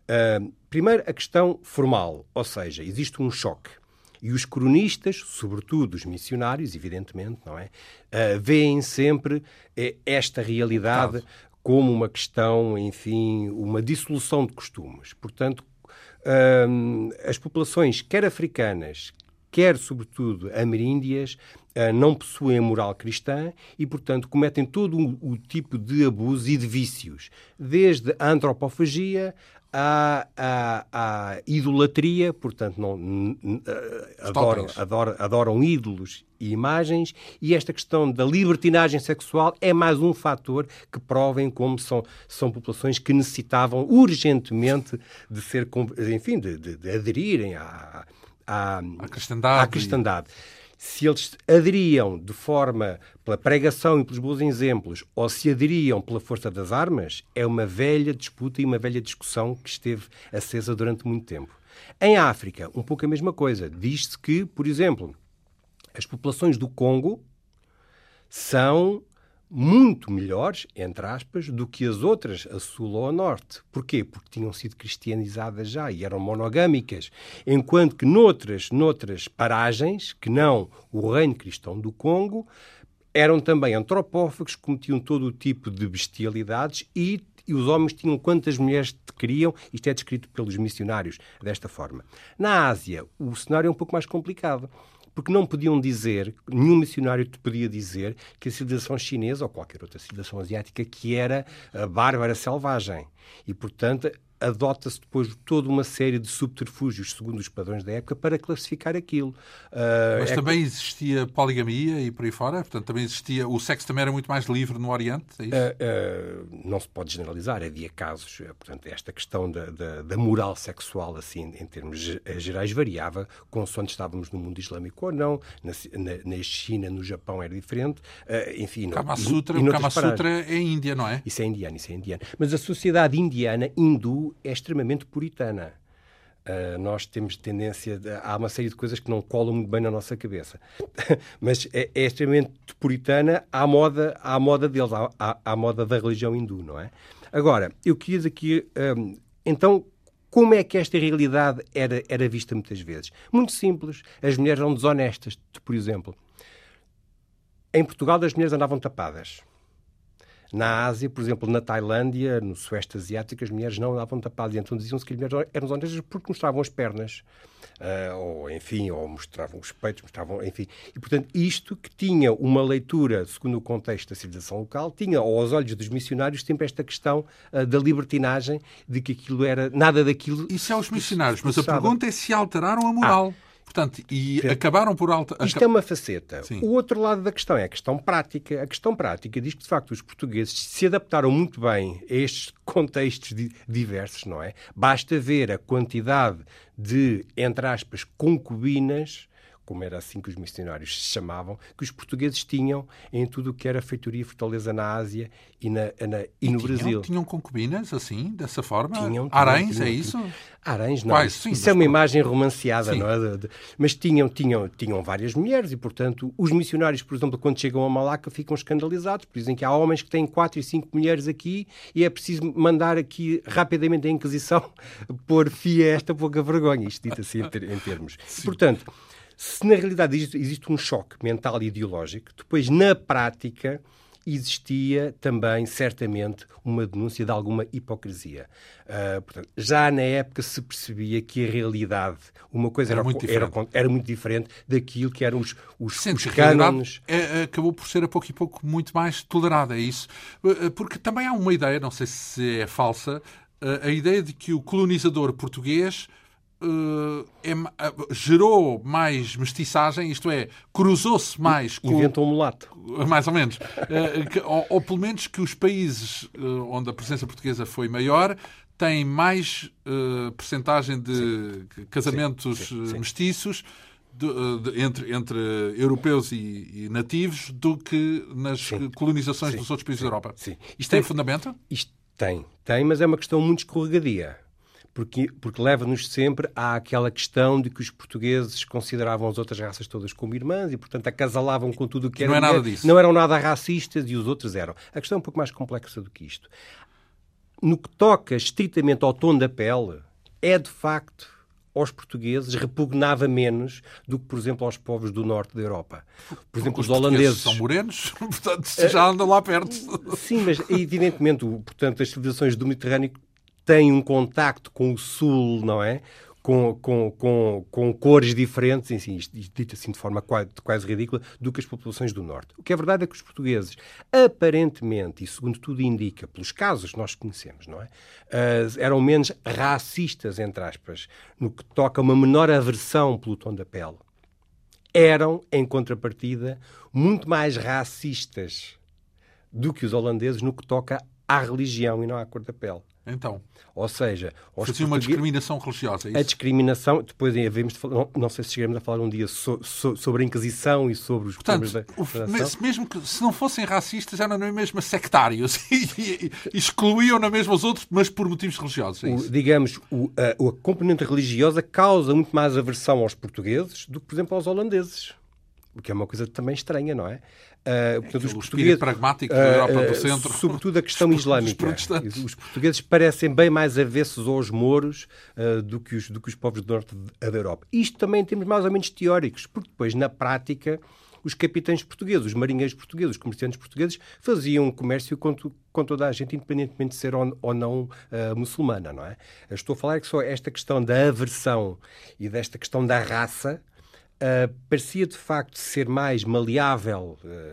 Primeiro, a questão formal, ou seja, existe um choque. E os cronistas, sobretudo os missionários, evidentemente, não é? Veem sempre esta realidade como uma questão, enfim, uma dissolução de costumes. Portanto, as populações, quer africanas, quer, sobretudo, ameríndias, não possuem a moral cristã e, portanto, cometem todo o tipo de abusos e de vícios, desde a antropofagia à idolatria, portanto, adoram ídolos e imagens, e esta questão da libertinagem sexual é mais um fator que provem como são populações que necessitavam urgentemente de ser, enfim, de aderirem à cristandade. Se eles aderiam de forma pela pregação e pelos bons exemplos, ou se aderiam pela força das armas, é uma velha disputa e uma velha discussão que esteve acesa durante muito tempo. Em África, um pouco a mesma coisa. Diz-se que, por exemplo, as populações do Congo são muito melhores, entre aspas, do que as outras a sul ou a norte. Porquê? Porque tinham sido cristianizadas já e eram monogâmicas. Enquanto que noutras paragens, que não o reino cristão do Congo, eram também antropófagos, cometiam todo o tipo de bestialidades e os homens tinham quantas mulheres queriam. Isto é descrito pelos missionários desta forma. Na Ásia, o cenário é um pouco mais complicado. Porque não podiam dizer, nenhum missionário te podia dizer que a civilização chinesa ou qualquer outra civilização asiática que era bárbara, selvagem. E, portanto, adota-se depois toda uma série de subterfúgios, segundo os padrões da época, para classificar aquilo. Mas também existia poligamia e por aí fora? Portanto, também existia... O sexo também era muito mais livre no Oriente? É isso? Não se pode generalizar. Havia casos... Portanto, esta questão da moral sexual, assim, em termos gerais, variava consoante estávamos no mundo islâmico ou não. Na China, no Japão, era diferente. Enfim... Kama Sutra é Índia, não é? Isso é indiano. Mas a sociedade indiana, hindu, é extremamente puritana. Nós temos tendência... Há uma série de coisas que não colam muito bem na nossa cabeça. Mas é extremamente puritana à moda deles, à moda da religião hindu, não é? Agora, eu quis aqui... Então, como é que esta realidade era vista muitas vezes? Muito simples. As mulheres eram desonestas, por exemplo. Em Portugal, as mulheres andavam tapadas. Na Ásia, por exemplo, na Tailândia, no Sueste Asiático, as mulheres não andavam tapadas. Então diziam-se que as mulheres eram desonestas porque mostravam as pernas. Ou mostravam os peitos, enfim. E, portanto, isto que tinha uma leitura, segundo o contexto da civilização local, tinha, aos olhos dos missionários, sempre esta questão da libertinagem, de que aquilo era... Nada daquilo... Isso é os missionários, mas a pergunta é se alteraram a moral. Portanto, acabaram por Isto é uma faceta. Sim. O outro lado da questão é a questão prática. A questão prática diz que, de facto, os portugueses se adaptaram muito bem a estes contextos diversos, não é? Basta ver a quantidade de, entre aspas, concubinas, como era assim que os missionários se chamavam, que os portugueses tinham em tudo o que era feitoria e fortaleza na Ásia e no Brasil. Tinham concubinas, assim, dessa forma? Tinham, Haréns, é isso? Haréns, não. Quais? Sim, isso é uma imagem romanceada, sim. não é? Mas tinham várias mulheres e, portanto, os missionários, por exemplo, quando chegam a Malaca, ficam escandalizados, porque dizem que há homens que têm 4 e 5 mulheres aqui e é preciso mandar aqui rapidamente a Inquisição pôr fim a esta pouca vergonha, isto dito assim em termos. Sim. Portanto, se na realidade existe um choque mental e ideológico, depois, na prática, existia também, certamente, uma denúncia de alguma hipocrisia. Portanto, já na época se percebia que a realidade, uma coisa era muito diferente daquilo que eram os cânones. Acabou por ser a pouco e pouco muito mais tolerada, é isso? Porque também há uma ideia, não sei se é falsa, a ideia de que o colonizador português gerou mais mestiçagem, isto é, cruzou-se mais com... Inventou um mulato. Mais ou menos. Ou pelo menos que os países onde a presença portuguesa foi maior têm mais percentagem de casamentos mestiços entre europeus e nativos do que nas colonizações dos outros países da Europa. Sim. Isto tem fundamento? Isto tem, mas é uma questão muito escorregadia. Porque leva-nos sempre àquela questão de que os portugueses consideravam as outras raças todas como irmãs e, portanto, acasalavam com tudo o que era. Não é nada disso. Não eram nada racistas e os outros eram. A questão é um pouco mais complexa do que isto. no que toca estritamente ao tom da pele, é de facto aos portugueses repugnava menos do que, por exemplo, aos povos do norte da Europa. Por exemplo, os holandeses são morenos, portanto já andam lá perto. Sim, mas evidentemente, portanto, as civilizações do Mediterrâneo têm um contacto com o sul, não é? Com cores diferentes, assim, isto dito assim de forma quase ridícula, do que as populações do norte. O que é verdade é que os portugueses, aparentemente, e segundo tudo indica, pelos casos que nós conhecemos, não é? Eram menos racistas, entre aspas, no que toca a uma menor aversão pelo tom da pele. Eram, em contrapartida, muito mais racistas do que os holandeses no que toca à religião e não à cor da pele. Então, ou seja, fazia uma discriminação religiosa, é isso? A discriminação, depois havemos de falar, não sei se chegaremos a falar um dia sobre a Inquisição e sobre os problemas da mesmo que se não fossem racistas, eram na mesma sectários e excluíam na mesma os outros, mas por motivos religiosos, é isso? Digamos, a componente religiosa causa muito mais aversão aos portugueses do que, por exemplo, aos holandeses. O que é uma coisa também estranha, não é? Portanto, os portugueses pragmático da Europa do Centro. Sobretudo a questão islâmica. Os portugueses parecem bem mais avessos aos mouros do que os povos do norte da Europa. Isto também em termos mais ou menos teóricos, porque depois, na prática, os capitães portugueses, os marinheiros portugueses, os comerciantes portugueses faziam comércio com toda a gente, independentemente de ser ou não muçulmana, não é? Estou a falar que só esta questão da aversão e desta questão da raça parecia de facto ser mais maleável.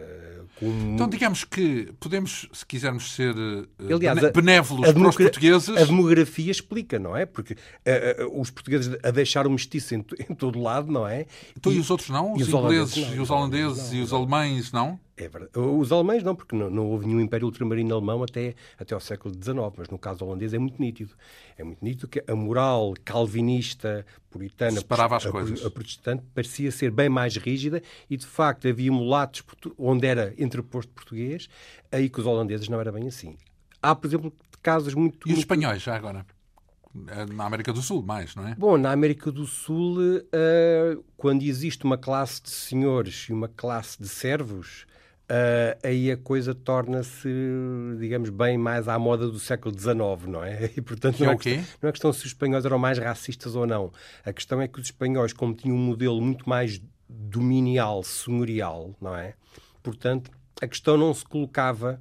Então, digamos que podemos, se quisermos ser benévolos para os portugueses. A demografia explica, não é? Porque os portugueses a deixaram mestiço em todo lado, não é? Então, e os outros não? Os ingleses e os holandeses e os alemães, não? É verdade. Os alemães não, porque não houve nenhum império ultramarino alemão até ao século XIX, mas no caso holandês é muito nítido. É muito nítido que a moral calvinista, puritana, separava as coisas. A protestante, parecia ser bem mais rígida e, de facto, havia mulatos onde era entreposto português, aí que os holandeses não era bem assim. Há, por exemplo, casos muito... E os espanhóis, já agora? Na América do Sul, mais, não é? Bom, na América do Sul, quando existe uma classe de senhores e uma classe de servos, aí a coisa torna-se, digamos, bem mais à moda do século XIX, não é? E, portanto, não é questão se os espanhóis eram mais racistas ou não. A questão é que os espanhóis, como tinham um modelo muito mais dominial, senhorial, não é? Portanto, a questão não se colocava,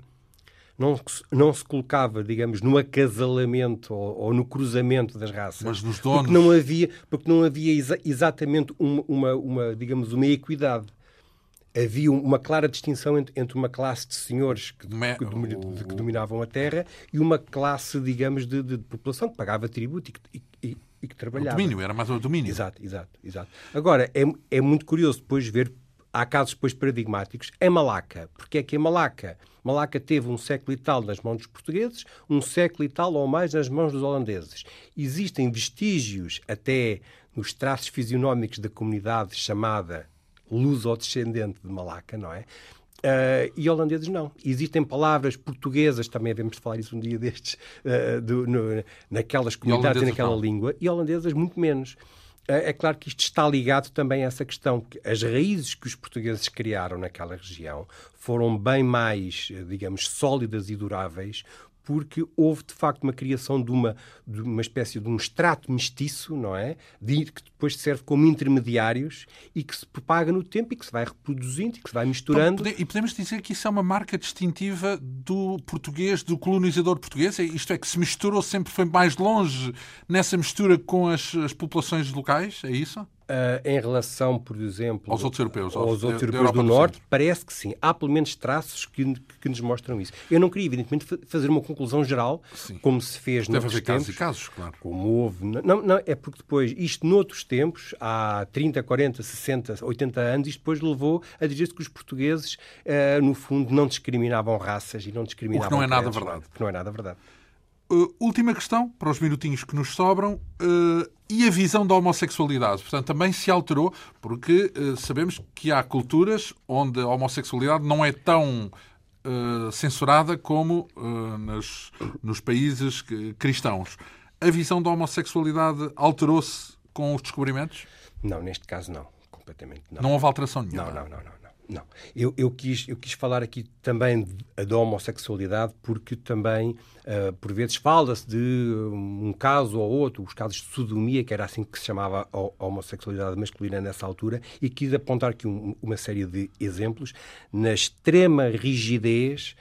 digamos, no acasalamento ou no cruzamento das raças. Mas nos donos. Porque não havia exatamente digamos, uma equidade. Havia uma clara distinção entre uma classe de senhores que dominavam a terra e uma classe, digamos, de população que pagava tributo e que trabalhava. O domínio, era mais o domínio. Exato. Agora, é muito curioso depois ver, há casos depois paradigmáticos, em Malaca. Porque é que em Malaca teve um século e tal nas mãos dos portugueses, um século e tal ou mais nas mãos dos holandeses. Existem vestígios até nos traços fisionómicos da comunidade chamada luso-descendente de Malaca, não é? E holandeses não. Existem palavras portuguesas, também havemos de falar isso um dia destes, naquelas comunidades e naquela língua, e holandesas muito menos. É claro que isto está ligado também a essa questão, que as raízes que os portugueses criaram naquela região foram bem mais, digamos, sólidas e duráveis, porque houve, de facto, uma criação de uma espécie de um extrato mestiço, não é? Que depois serve como intermediários e que se propaga no tempo e que se vai reproduzindo e que se vai misturando. Então, e podemos dizer que isso é uma marca distintiva do português, do colonizador português? Isto é, que se misturou, sempre foi mais longe nessa mistura com as populações locais? É isso? Em relação, por exemplo, aos outros europeus do Norte, parece que sim. Há pelo menos traços que nos mostram isso. Eu não queria, evidentemente, fazer uma conclusão geral, sim, como se fez noutros tempos. Deve haver casos, claro. Como houve. Não, é porque depois, isto noutros tempos, há 30, 40, 60, 80 anos, isto depois levou a dizer-se que os portugueses, no fundo, não discriminavam raças e não discriminavam... O que não é nada verdade. Que não é nada verdade. Última questão, para os minutinhos que nos sobram, e a visão da homossexualidade? Portanto, também se alterou, porque sabemos que há culturas onde a homossexualidade não é tão censurada como nos países cristãos. A visão da homossexualidade alterou-se com os descobrimentos? Não, neste caso não. Completamente não. Não houve alteração nenhuma? Não. Não. Eu quis falar aqui também da homossexualidade porque também, por vezes, fala-se de um caso ou outro, os casos de sodomia, que era assim que se chamava a homossexualidade masculina nessa altura, e quis apontar aqui uma série de exemplos na extrema rigidez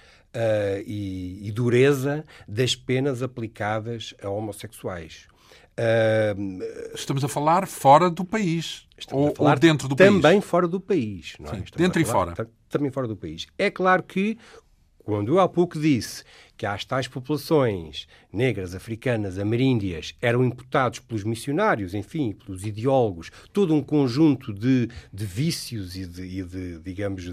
e dureza das penas aplicadas a homossexuais. Estamos a falar fora do país. Ou dentro do país. Também Também fora do país. Não é? Sim, dentro e fora. Também fora do país. É claro que, quando eu há pouco disse que as tais populações negras, africanas, ameríndias, eram imputados pelos missionários, enfim, pelos ideólogos, todo um conjunto de vícios e digamos,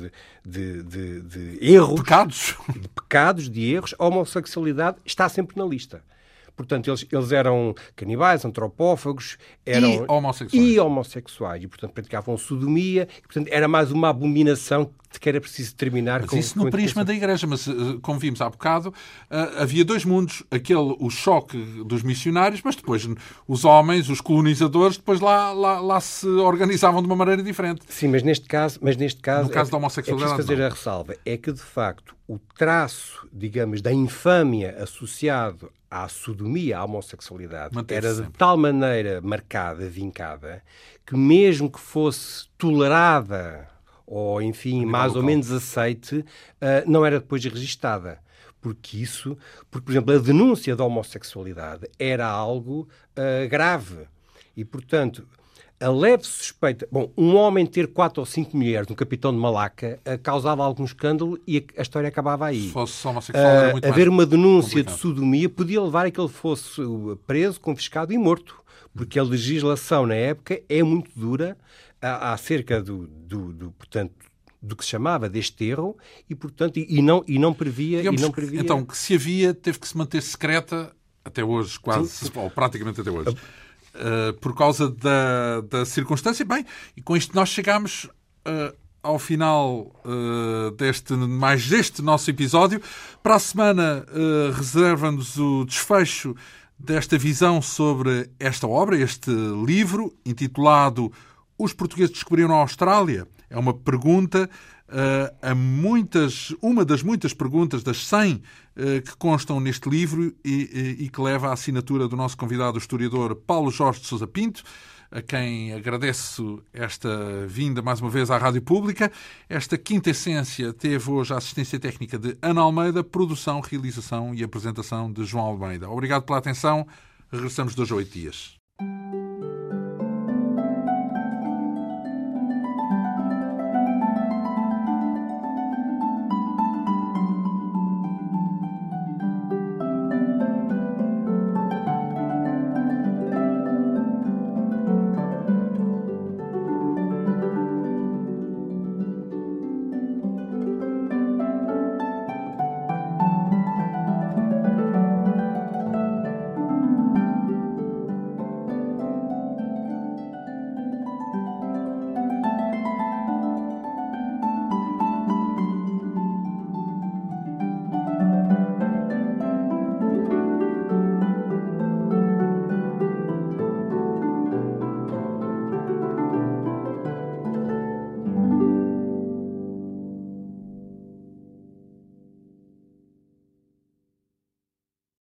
de erros. Pecados. De pecados, de erros. A homossexualidade está sempre na lista. Portanto, eles eram canibais, antropófagos, eram e homossexuais. E, portanto, praticavam sodomia. E, portanto, era mais uma abominação que era preciso terminar. Mas isso no prisma da Igreja. Mas, como vimos há bocado, havia dois mundos. O choque dos missionários, mas depois os homens, os colonizadores, depois lá se organizavam de uma maneira diferente. Sim, mas neste caso no caso da homossexualidade, é preciso fazer a ressalva. É que, de facto, o traço, digamos, da infâmia associado à sodomia, à homossexualidade, era de tal maneira marcada, vincada, que mesmo que fosse tolerada ou, enfim, mais ou menos aceite, não era depois registada. Porque, por exemplo, a denúncia da homossexualidade era algo grave. E, portanto, a leve suspeita... Bom, um homem ter 4 ou 5 mulheres no Capitão de Malaca causava algum escândalo e a história acabava aí. Se fosse homossexual, era muito haver uma denúncia complicado. de sodomia podia levar a que ele fosse preso, confiscado e morto. Porque a legislação, na época, é muito dura acerca portanto, do que se chamava deste erro e, portanto, não previa... Então, que se havia, teve que se manter secreta até hoje, quase, ou praticamente até hoje. Por causa da circunstância. Bem, e com isto nós chegamos ao final deste nosso episódio. Para a semana reserva-nos o desfecho desta visão sobre esta obra, este livro, intitulado Os Portugueses Descobriram a Austrália. É uma pergunta uma das muitas perguntas, das 100 que constam neste livro e que leva à assinatura do nosso convidado, o historiador Paulo Jorge de Sousa Pinto, a quem agradeço esta vinda mais uma vez à Rádio Pública. Esta quinta essência teve hoje a assistência técnica de Ana Almeida, produção, realização e apresentação de João Almeida. Obrigado pela atenção. Regressamos 2 a 8 dias.